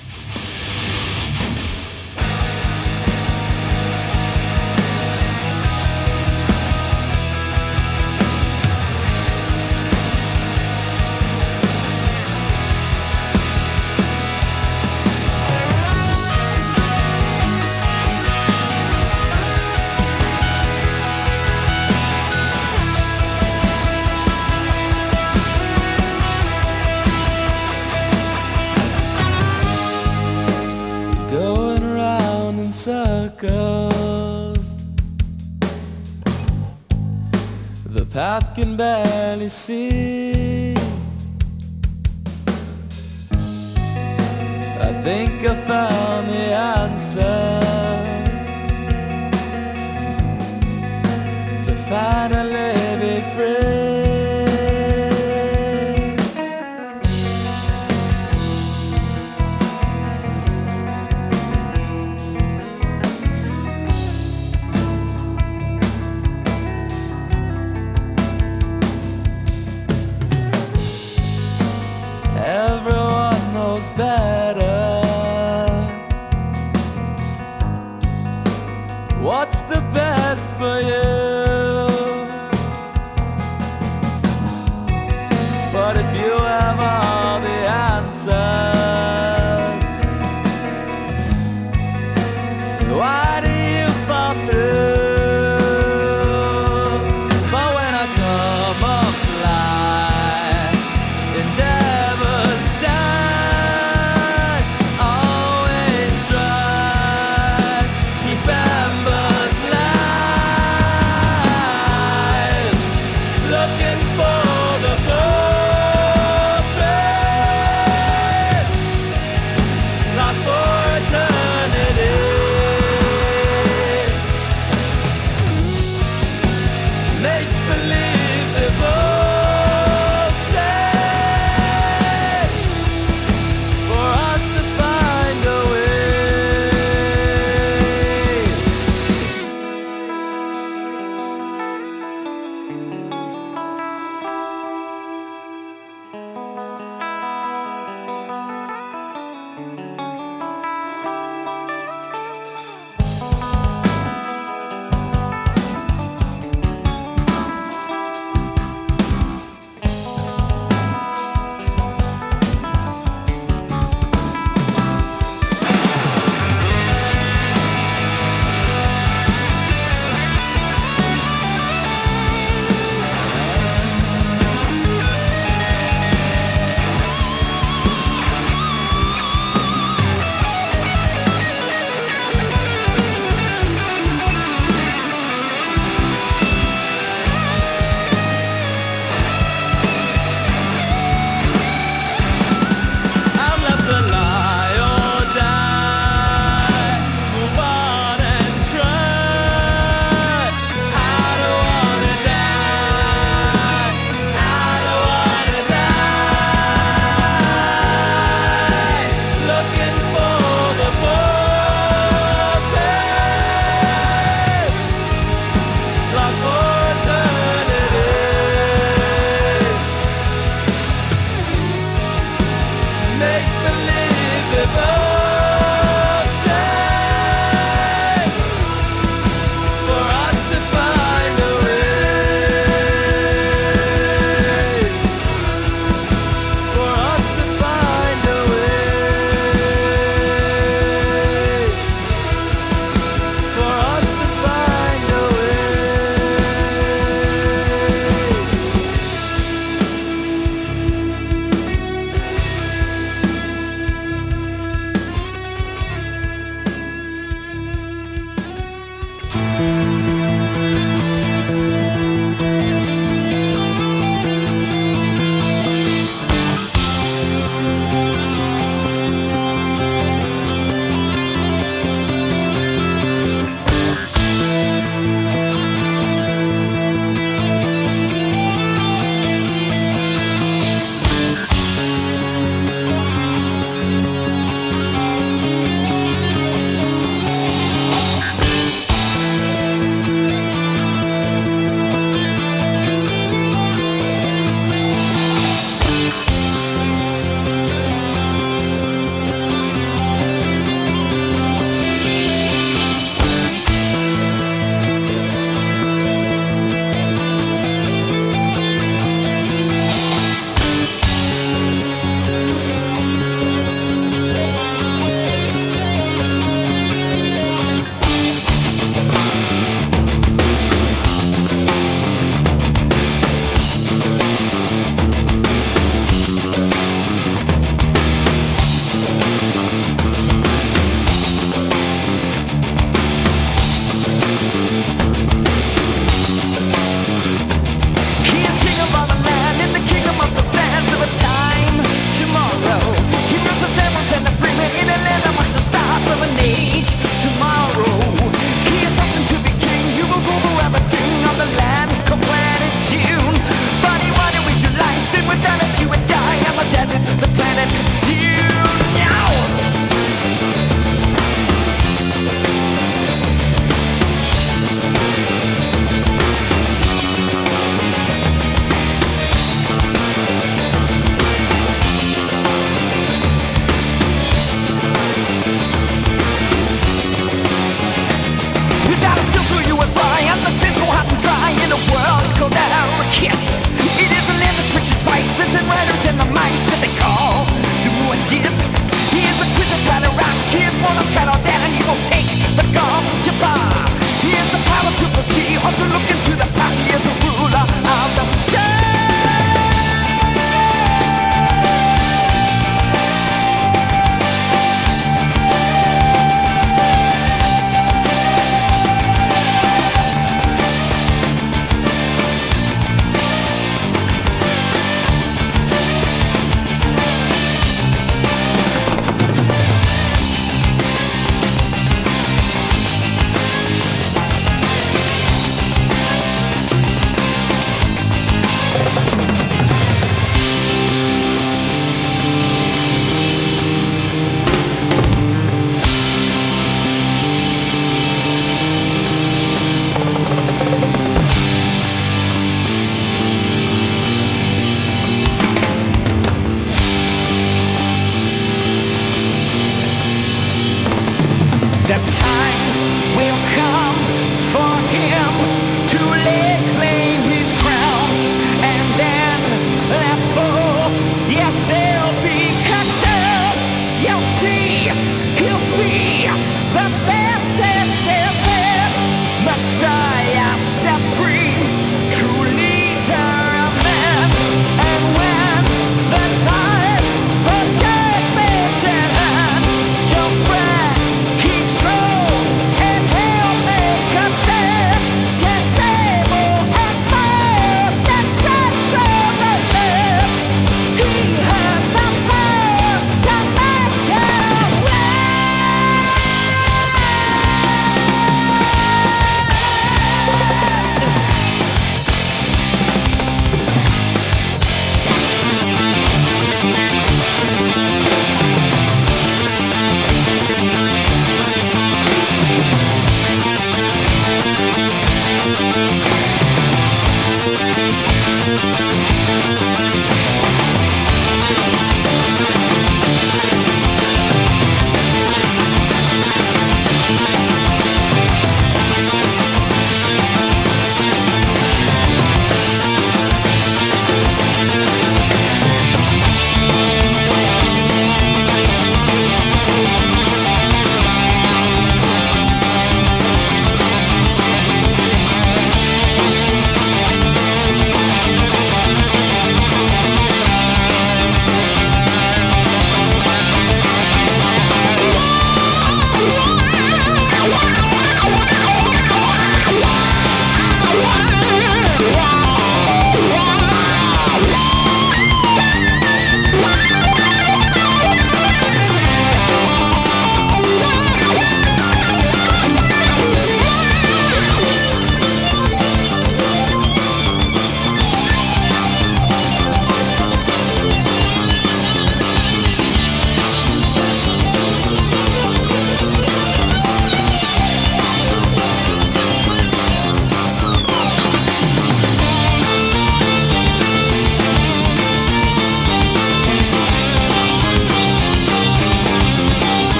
D: The path can barely see. I think I found the answer to finally be free. Better. What's the best for you? But if you have all the answers, why do you fall through? But when I come up fly, endeavors always strive, keep embers light.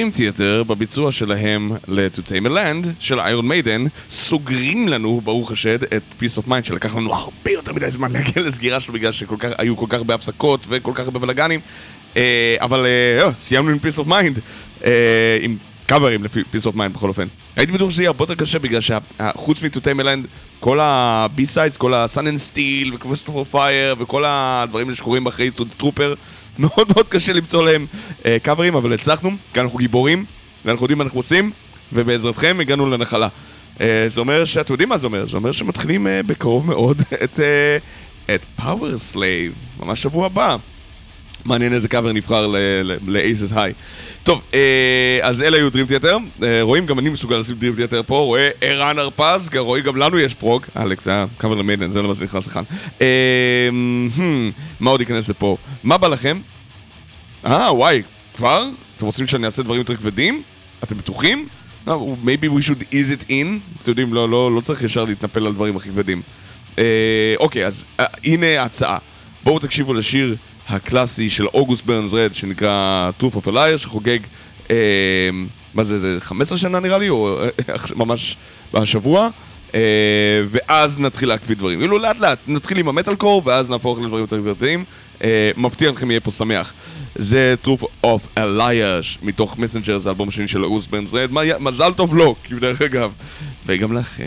B: Dream Theater בביצוע שלהם ל-To Tame a Land של איירון מיידן סוגרים לנו, ברוך השד, את Peace of Mind שלקח לנו הרבה יותר מדי זמן להגיע לסגירה שלו בגלל שהיו כל כך הרבה הפסקות וכל כך הרבה בלגנים, אבל סיימנו עם Peace of Mind, עם קאברים לפי Peace of Mind בכל אופן. הייתי בטוח שזה יהיה הרבה יותר קשה בגלל שחוץ מ-To Tame a Land כל ה-B-Sides, כל ה-Sun and Steel ו-Quest for Fire וכל הדברים שקורים באחרי טרופר, מאוד מאוד קשה למצוא להם קאברים, אבל הצלחנו, כי אנחנו גיבורים ואנחנו יודעים מה אנחנו עושים, ובעזרתכם הגענו לנחלה. זה אומר שאתם יודעים מה זה אומר? זה אומר שמתחילים בקרוב מאוד את Power Slave, ממש שבוע הבא. מעניין איזה קאבר נבחר ל-Aces High. טוב, אז אלה היו Dream Theater. רואים, גם אני מסוגל לשים Dream Theater פה. רואה ערן הרפז, רואים גם לנו יש פרוג. אלכס, זה היה קאבר למיידן, זה לא מה זה נכנס לכאן. מה עוד ייכנס לפה? מה בא לכם? וואי, כבר? אתם רוצים שאני אעשה דברים יותר כבדים? אתם בטוחים? Maybe we should ease it in. אתם יודעים, לא צריך ישר להתנפל על דברים הכי כבדים. אוקיי, אז הנה ההצעה. בואו תקשיבו לשיר הקלאסי של אוגוסט ברנס רד שנקרא Truth of a Liar, שחוגג, מה זה 15 שנה נראה לי, או ממש בשבוע, ואז נתחיל להקפיד דברים. אילו לאט לאט נתחיל עם המטל קור ואז נהפוך לדברים יותר גברתיים. מבטיח לכם יהיה פה שמח. זה Truth of a Liar מתוך מסנג'ר, זה אלבום השני של אוגוסט ברנס רד. מזל טוב לו, כבדרך אגב, וגם לכם.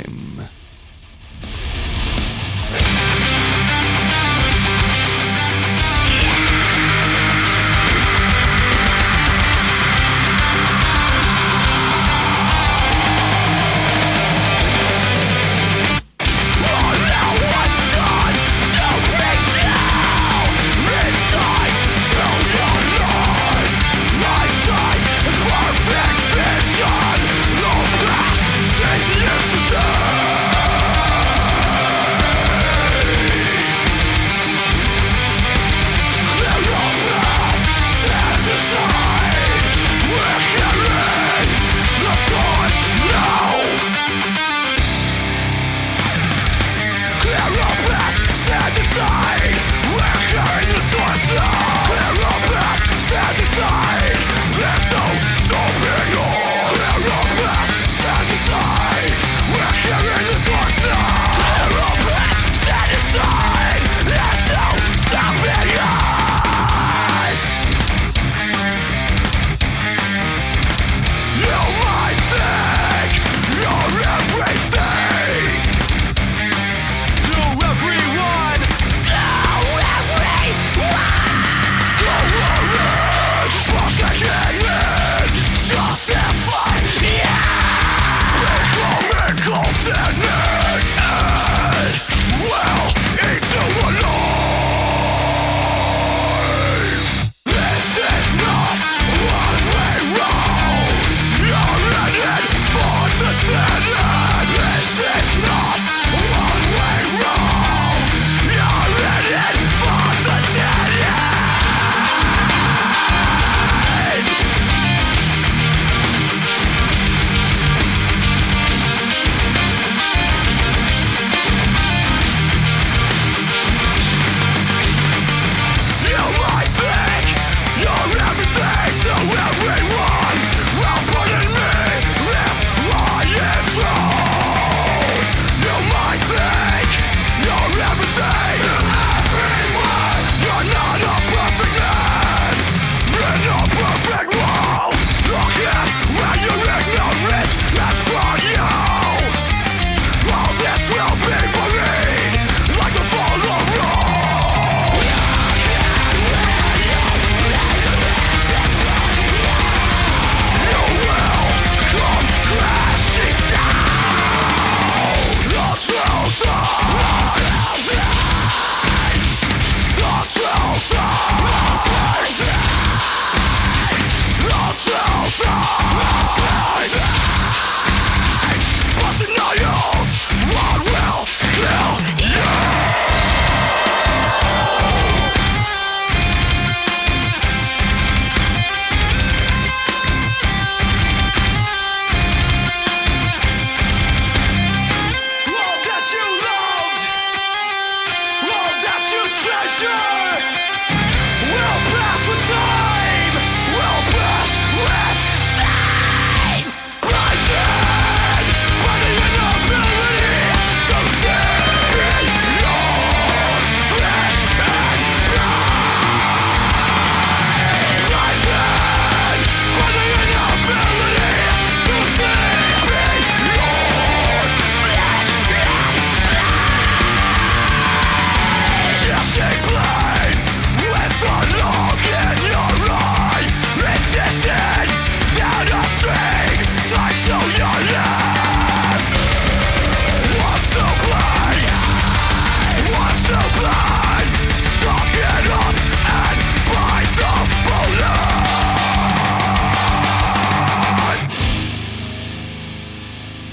C: Perfect vision, no past, since yesterday.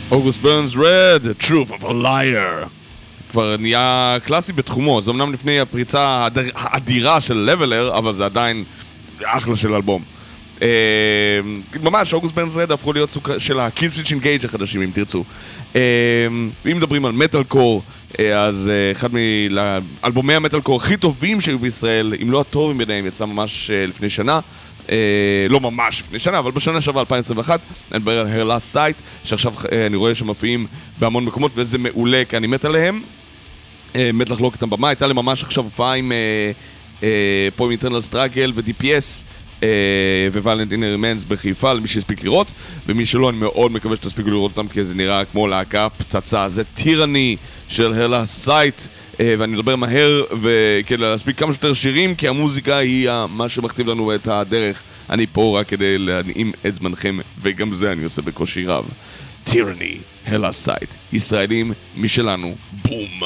B: אוגוסט ברנס רד, Truth of a Liar. כבר נהיה קלאסי בתחומו, זה אמנם לפני הפריצה האדירה של לבלר, אבל זה עדיין אחלה של אלבום. ממש, אוגוסט ברנס רד הפכו להיות סוג של ה-Kill Switch Engage החדשים, אם תרצו. אם מדברים על מטל קור, אז אחד מאלבומי המטל קור הכי טובים שהיו בישראל, אם לא הטוב מביניהם, יצא ממש לפני שנה. לא ממש לפני שנה, אבל בשנה שעברה 2021, אני מדבר על Her Last Sight, שעכשיו אני רואה שמופיעים בהמון מקומות, וזה מעולה, כי אני מת עליהם. מת לחלוק את הבמה, הייתה לי ממש עכשיו הופעה עם פה עם Internal Struggle ו-DPS ו-Violent Inner Remains בחיפה, למי שהספיק לראות, ומי שלא, אני מאוד מקווה שתספיקו לראות אותם, כי זה נראה כמו להקה פצצה. זה טירני של Her Last Sight, ואני מדבר מהר וכדי להספיק כמה שיותר שירים, כי המוזיקה היא מה שמכתיב לנו את הדרך. אני פה רק כדי להנעים את זמנכם, וגם זה אני עושה בקושי רב. טירני, Her Last Sight, ישראלים משלנו, בום.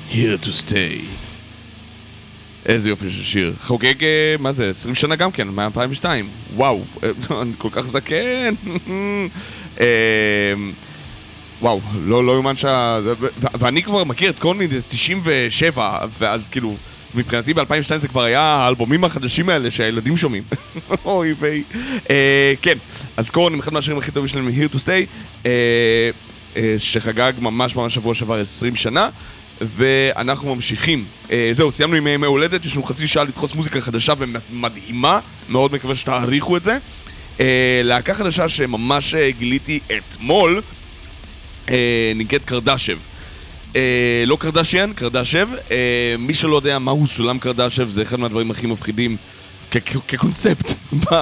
B: Here to stay. איזה יופי של שיר. חוגג, מה זה, 20 שנה גם כן, מ-2002. וואו, אני כל כך זקן. וואו, לא יומן ואני כבר מכיר את קולני 97, ואז כאילו, מבחינתי ב-2002 זה כבר היה האלבומים החדשים האלה שהילדים שומעים. אוי ויי. כן, אז קורן, אחד מהשירים הכי טובים שלנו מ-Here to Stay, שחגג ממש שבוע שעבר 20 שנה, ואנחנו ממשיכים. זהו, סיימנו עם מהולדת, יש לנו חצי שעה לדחוס מוזיקה חדשה ומדהימה, מאוד מקווה שתעריכו את זה. להקה חדשה שממש גיליתי אתמול, נקראת קרדשב. לא קרדשיין, קרדשב. מי שלא יודע מהו סולם קרדשב, זה אחד מהדברים הכי מפחידים כקונספט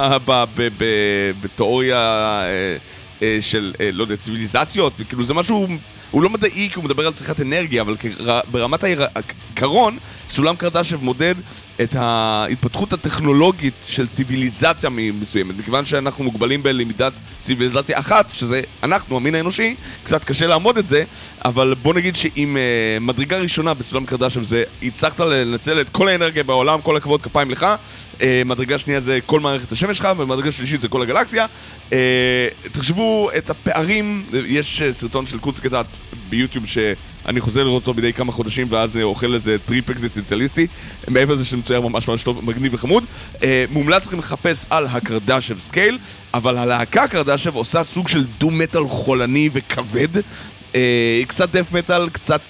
B: בתיאוריה של, לא יודע, ציוויליזציות. כאילו זה משהו, הוא לא מדעי כי הוא מדבר על צריכת אנרגיה, אבל ברמת העיקרון, סולם קרדשב מודד את ההתפתחות הטכנולוגית של ציוויליזציה מסוימת. מכיוון שאנחנו מוגבלים בלמידת ציוויליזציה אחת, שזה אנחנו, המין האנושי, קצת קשה לעמוד את זה, אבל בוא נגיד שעם מדרגה ראשונה בסולם קרדשב זה הצלחת לנצל את כל האנרגיה בעולם, כל הכבוד, כפיים לך. מדרגה שנייה זה כל מערכת השמש שלך, ומדרגה שלישית זה כל הגלקסיה. תחשבו את הפערים, יש סרטון של קורץ קטץ ביוטיוב שאני חוזר לראות אותו בידי כמה חודשים, ואז אוכל איזה טריפ אקזיסטנציאליסטי, מעבר לזה שמצויר ממש טוב, מגניב וחמוד. מומלץ לכם לחפש על הקרדשב סקייל, אבל הלהקה קרדשב עושה סוג של דום מטל חולני וכבד, קצת דף מטל, קצת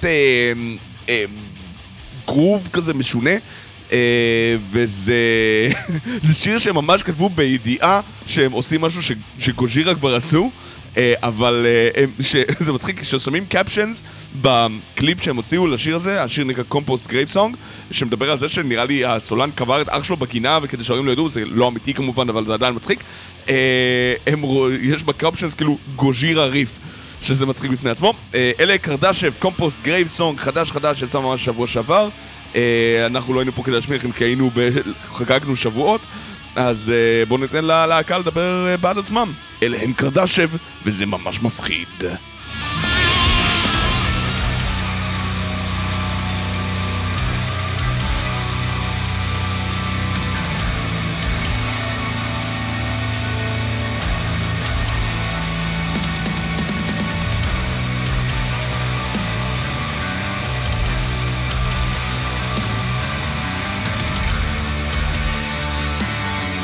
B: גרוב כזה משונה, וזה שיר שהם ממש כתבו בידיעה שהם עושים משהו שגוז'ירה כבר עשו, אבל זה מצחיק כששמים קפשנס בקליפ שהם הוציאו לשיר הזה, השיר נקרא קומפוסט גרייב סונג, שמדבר על זה שנראה לי הסולן קבר את אח שלו בגינה, וכדי שההורים לא ידעו, זה לא אמיתי כמובן, אבל זה עדיין מצחיק. יש בקפשנס כאילו גוז'ירה ריף, שזה מצחיק בפני עצמו. אלה קרדשב, קומפוסט גרייב סונג, חדש שיצא ממש שבוע שעבר. אנחנו לא היינו פה כדי להשמיע לכם כי חגגנו שבועות, אז בואו ניתן להקה לדבר בעד עצמם. אלה הם קרדשב, וזה ממש מפחיד.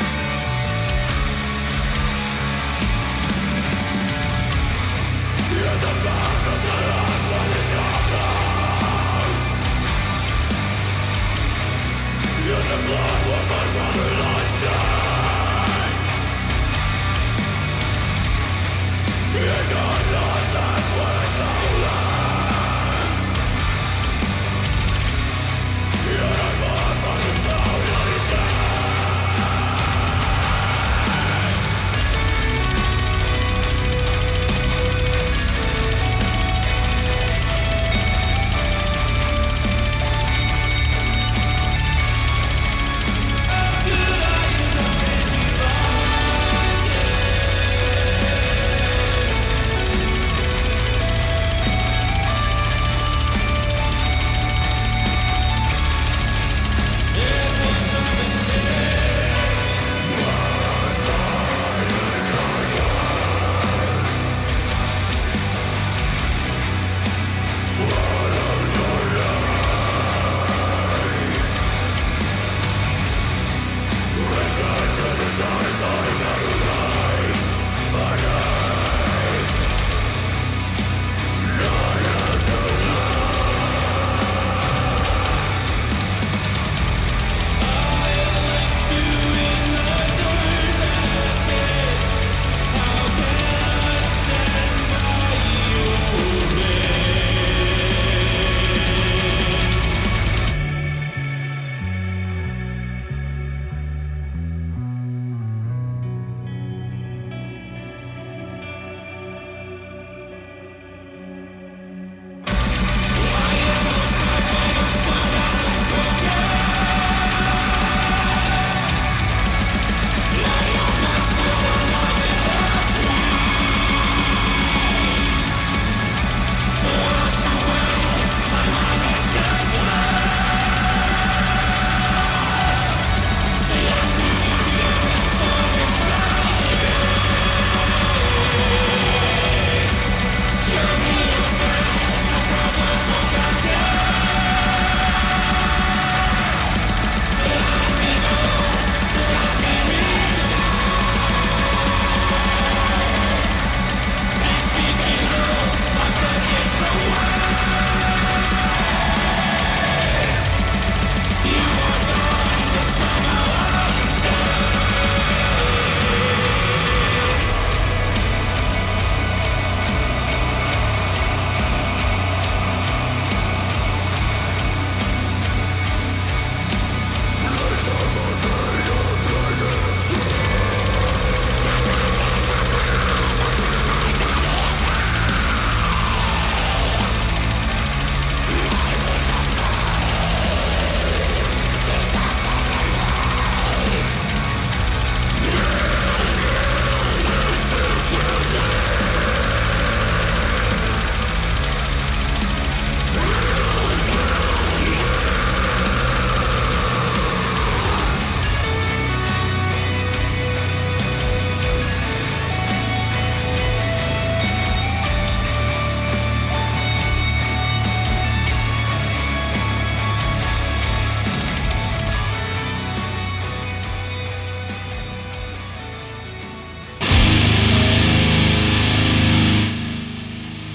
C: Yeah.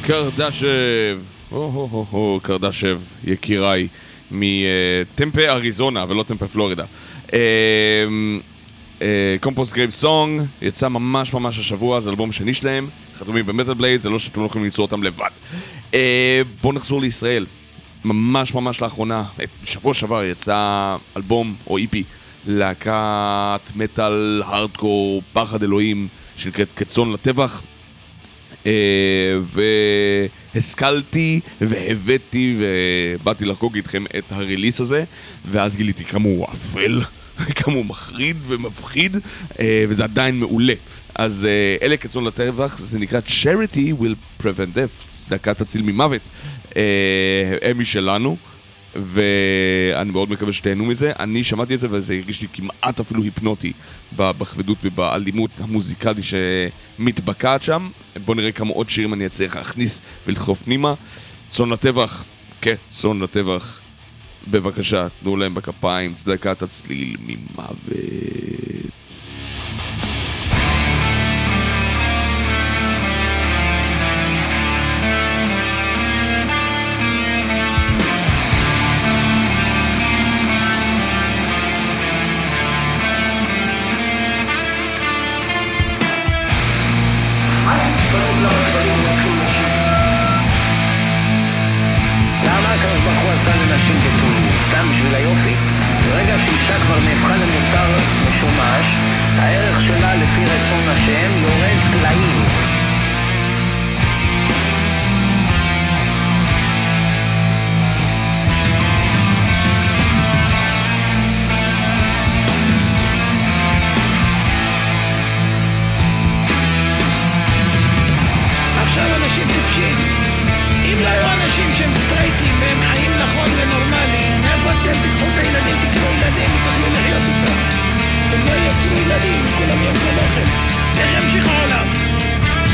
B: קרדשב, קרדשב, יקיריי, מטמפה אריזונה ולא טמפה פלורידה. קומפוסט גרייב סונג, יצא ממש השבוע, זה אלבום שני שלהם, חתומים במטל בלייד, זה לא שאתם לא יכולים ליצור אותם לבד. בואו נחזור לישראל, ממש לאחרונה, בשבוע שעבר יצא אלבום או איפי, להקת מטל הארדקור פחד אלוהים, שנקראת כצאן לטבח. והשכלתי והבאתי ובאתי לחגוג איתכם את הריליס הזה, ואז גיליתי כמה הוא אפל, כמה הוא מחריד ומפחיד, וזה עדיין מעולה. אז אלה כצאן לטבח, זה נקרא Charity Will Prevent Death, צדקה תציל ממוות. הם משלנו, ואני מאוד מקווה שתהנו מזה. אני שמעתי את זה וזה הרגיש לי כמעט אפילו היפנוטי בכבדות ובאלימות המוזיקלית שמתבקעת שם. בואו נראה כמה עוד שירים אני אצליח להכניס ולדחוף פנימה. צאן לטבח, כן, צאן לטבח, בבקשה, תנו להם בכפיים, צדקה תצליל ממוות.
E: סתם בשביל היופי. ברגע שאישה כבר נהפכה למוצר משומש, הערך שלה לפי רצון השם יורד פלאים. עכשיו אנשים טיפשים. אם לא היו אנשים שהם סטרייטים והם חיים נכון ונורמליים, איפה אתם תקחו את הילדים, תקחו ילדים ותוכלו לחיות איתם? אתם לא יצרו ילדים, כולם ימכו לכם. איך ימשיך העולם?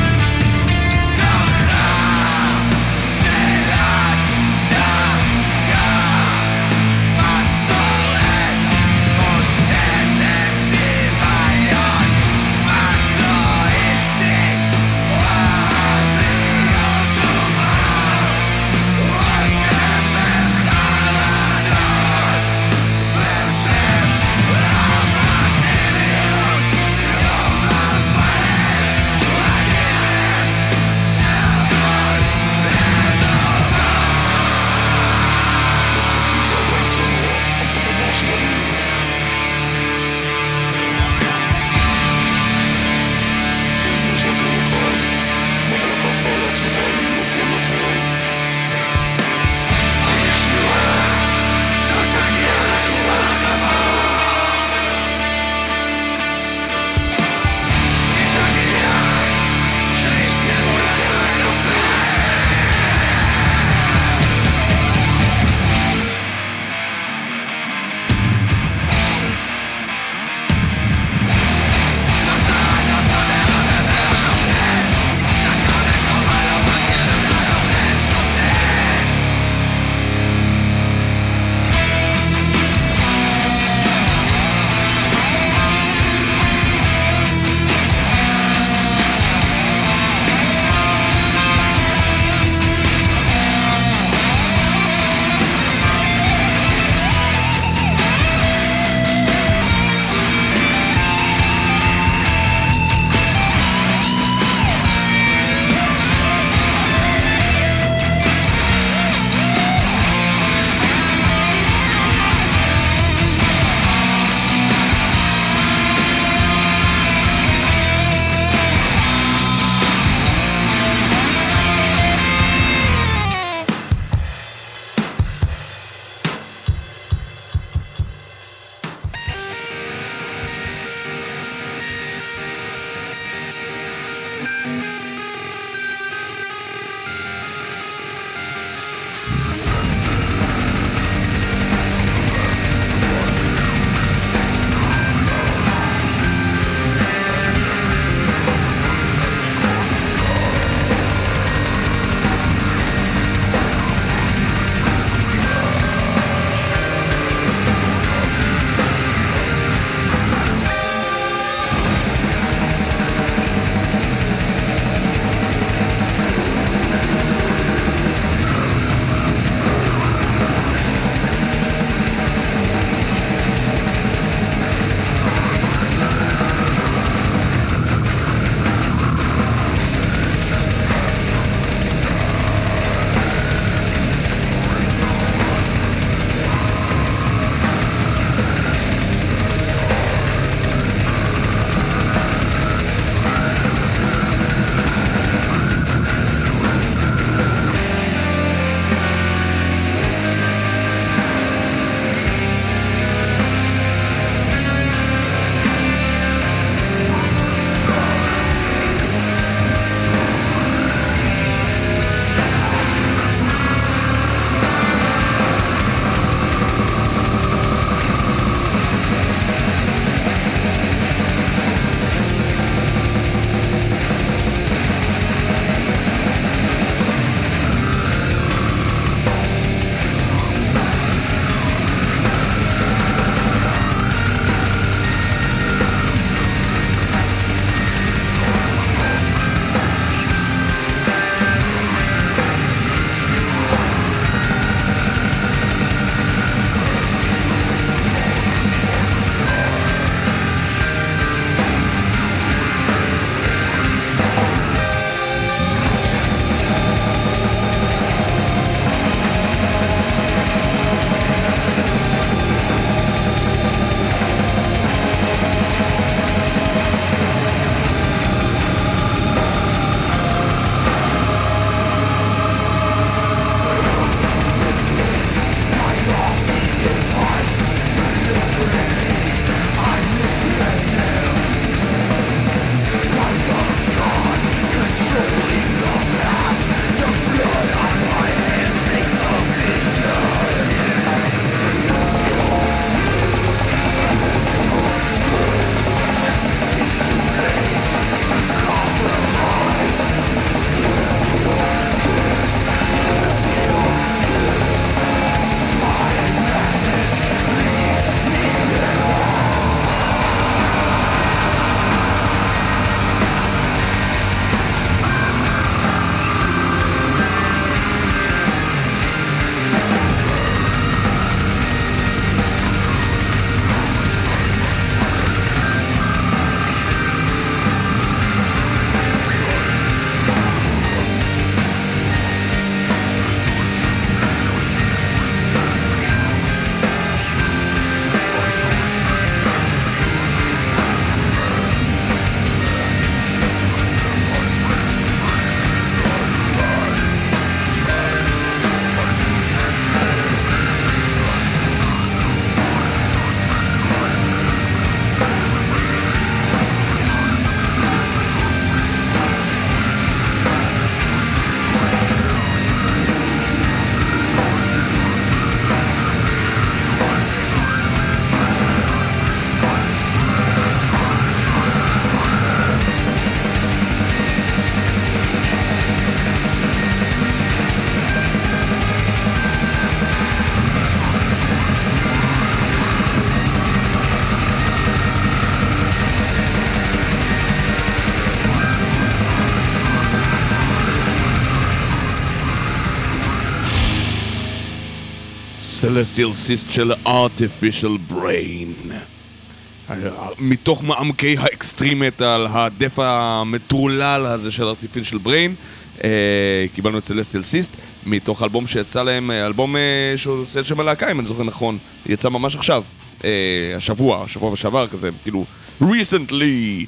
B: Celestial Cyst של Artificial Brain. מתוך מעמקי האקסטרים מטל, הדף המטורלל הזה של Artificial Brain, קיבלנו את Celestial Cyst מתוך אלבום שיצא להם, אלבום שעושה שם הלהקה, אם אני זוכר נכון, יצא ממש עכשיו, השבוע ושעבר כזה, כאילו recently.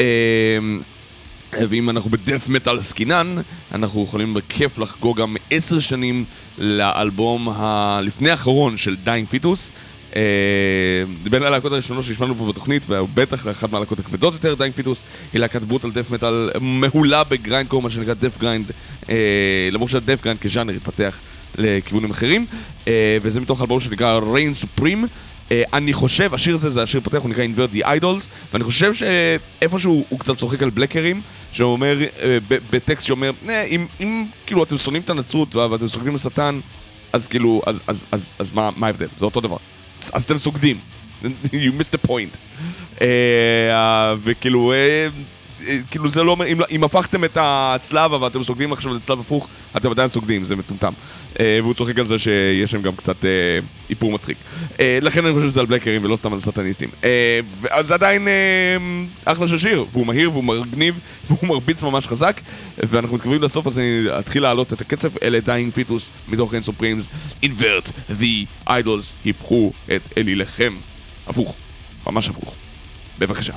B: ואם אנחנו בדף מטל סקינן, אנחנו יכולים בכיף לחגוג גם 10 שנים לאלבום הלפני האחרון של Dying Fetus, בין הלהקות הראשונות שהשמענו פה בתוכנית, ובטח לאחת מהלהקות הכבדות יותר, Dying Fetus היא להקת ברוטל דף מטל מהולה בגריינדקור, מה שנקרא דף גריינד, למרות שהדף גריינד כז'אנר התפתח לכיוונים אחרים, וזה מתוך אלבום שנקרא Reign Supreme. אני חושב, השיר הזה זה השיר פותח, הוא נקרא Invert the Idols, ואני חושב שאיפשהו הוא קצת צוחק על בלקרים, שהוא אומר, בטקסט שאומר, אם כאילו אתם שונאים את הנצרות ואתם סוגדים לשטן, אז כאילו, אז מה ההבדל? זה אותו דבר. אז אתם סוגדים. You missed the point. וכאילו, כאילו זה לא אומר, אם הפכתם את הצלב ואתם סוגדים עכשיו לצלב הפוך, אתם עדיין סוגדים, זה מטומטם. והוא צוחק על זה שיש להם גם קצת איפור מצחיק. לכן אני חושב שזה על בלקרים ולא סתם על סטניסטים. אז זה עדיין אחלה של שיר, והוא מהיר והוא מגניב והוא מרביץ ממש חזק, ואנחנו מתקרבים לסוף, אז אני אתחיל להעלות את הקצב. אלה Dying Fetus מתוך Reign Supreme, Invert the Idols, היפכו את אלילכם. הפוך, ממש הפוך. בבקשה.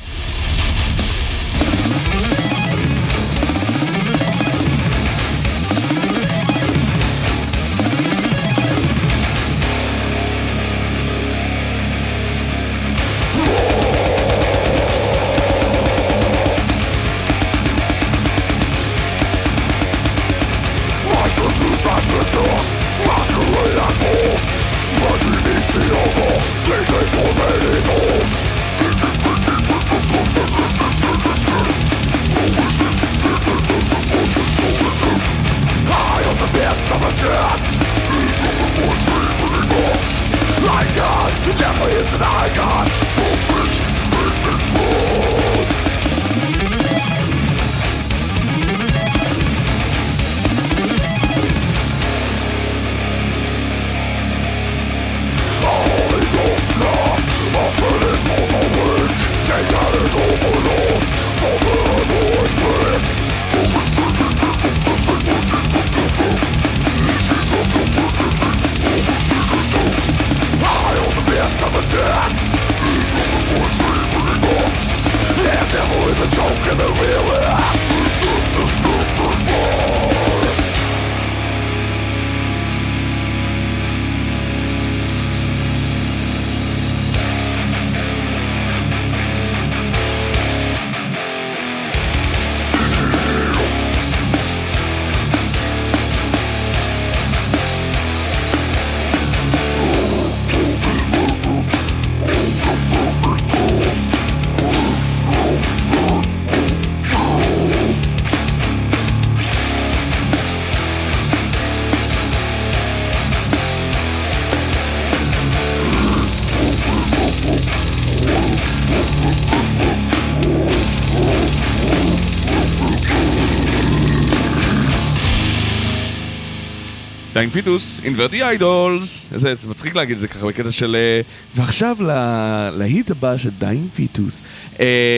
B: Dying Fetus, Invert the Idols. זה מצחיק להגיד את זה ככה בקטע של... ועכשיו להיט הבא של Dying Fetus.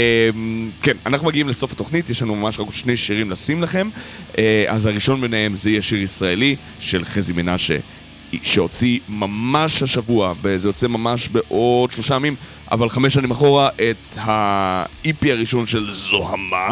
B: כן, אנחנו מגיעים לסוף התוכנית, יש לנו ממש רק 2 שירים לשים לכם. אז הראשון ביניהם זה יהיה שיר ישראלי של חזי מנשה, שהוציא ממש השבוע, זה יוצא ממש בעוד 3 ימים, אבל 5 שנים אחורה, את ה-EP הראשון של זוהמה.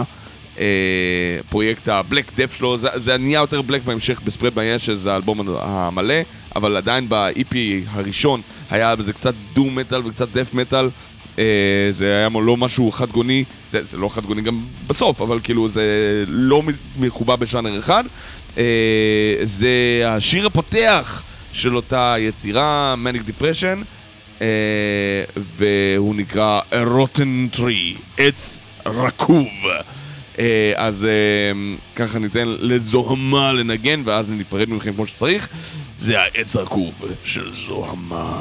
B: פרויקט הבלק דף שלו, זה נהיה יותר בלק בהמשך בספרד בעניין שזה האלבום המלא, אבל עדיין ב-EP הראשון היה בזה קצת דום מטל וקצת דף מטל. זה היה לא משהו חד גוני, זה לא חד גוני גם בסוף, אבל כאילו זה לא מחובה בשאנר אחד. זה השיר הפותח של אותה יצירה, Manic Depression, והוא נקרא A Rotten Tree, עץ רקוב. אז ככה ניתן לזוהמה לנגן, ואז ניפרד מכם כמו שצריך. זה העץ רקוב של זוהמה.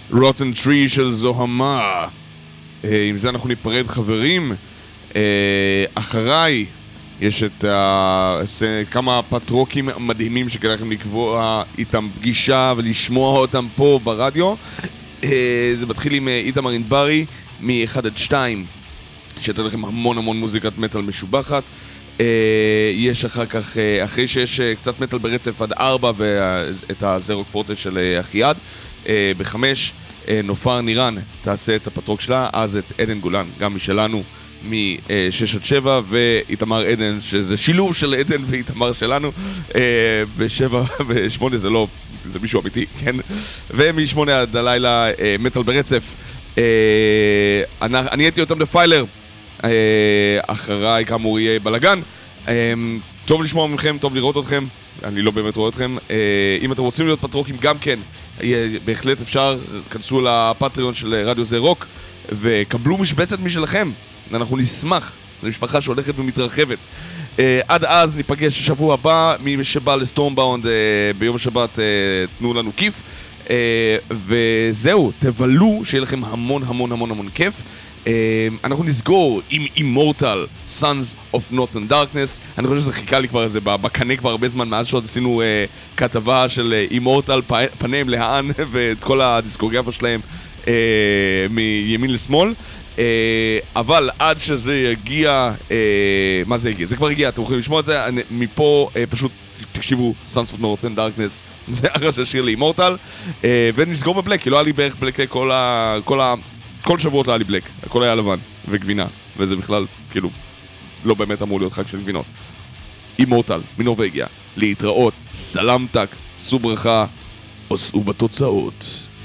B: Rotten Tree של זוהמה. עם זה אנחנו ניפרד חברים. אחריי יש את כמה פטרוקים מדהימים שכדאי לכם לקבוע איתם פגישה ולשמוע אותם פה ברדיו. זה מתחיל עם איתמר אינברי מ-1-2 שיתן לכם המון מוזיקת מטל משובחת. יש אחר כך, אחרי שיש קצת מטל ברצף עד 4 ואת הזרוק פורטה של אחייד, ב-5 נופר נירן תעשה את הפטרוק שלה, אז את עדן גולן, גם משלנו מ-6-7, ואיתמר עדן, שזה שילוב של עדן ואיתמר שלנו, ב-7 ו-8 זה לא, זה מישהו אמיתי, כן? ומ-8 עד הלילה מטל ברצף. אני הייתי אותם דפיילר, אחריי כאמור יהיה בלגן. טוב לשמוע מכם, טוב לראות אתכם, אני לא באמת רואה אתכם. אם אתם רוצים להיות פטרוקים גם כן, בהחלט אפשר, כנסו לפטריון של רדיו זה רוק וקבלו משבצת משלכם, אנחנו נשמח, זו משפחה שהולכת ומתרחבת. עד אז ניפגש שבוע הבא, מי שבא לסטורמבאונד ביום שבת, תנו לנו כיף. וזהו, תבלו, שיהיה לכם המון כיף. אנחנו נסגור עם אימורטל, Sons of Northern Darkness. אני חושב שזה חיכה לי כבר איזה בקנה כבר הרבה זמן, מאז שעוד עשינו כתבה של אימורטל, פניהם להן ואת כל הדיסקוגרפיה שלהם מימין לשמאל. אבל עד שזה יגיע, מה זה יגיע? זה כבר הגיע, אתם יכולים לשמוע את זה. מפה פשוט תקשיבו, Sons of Northern Darkness, זה אחרי שהשיר לאימורטל. ונסגור בבלק, כי לא היה לי בערך בלק כל שבועות לא היה לי בלק, הכל היה לבן וגבינה, וזה בכלל כאילו לא באמת אמור להיות חג של גבינות. אימורטל מנורווגיה, להתראות, סלמתק, סעו ברכה, עשו בתוצאות.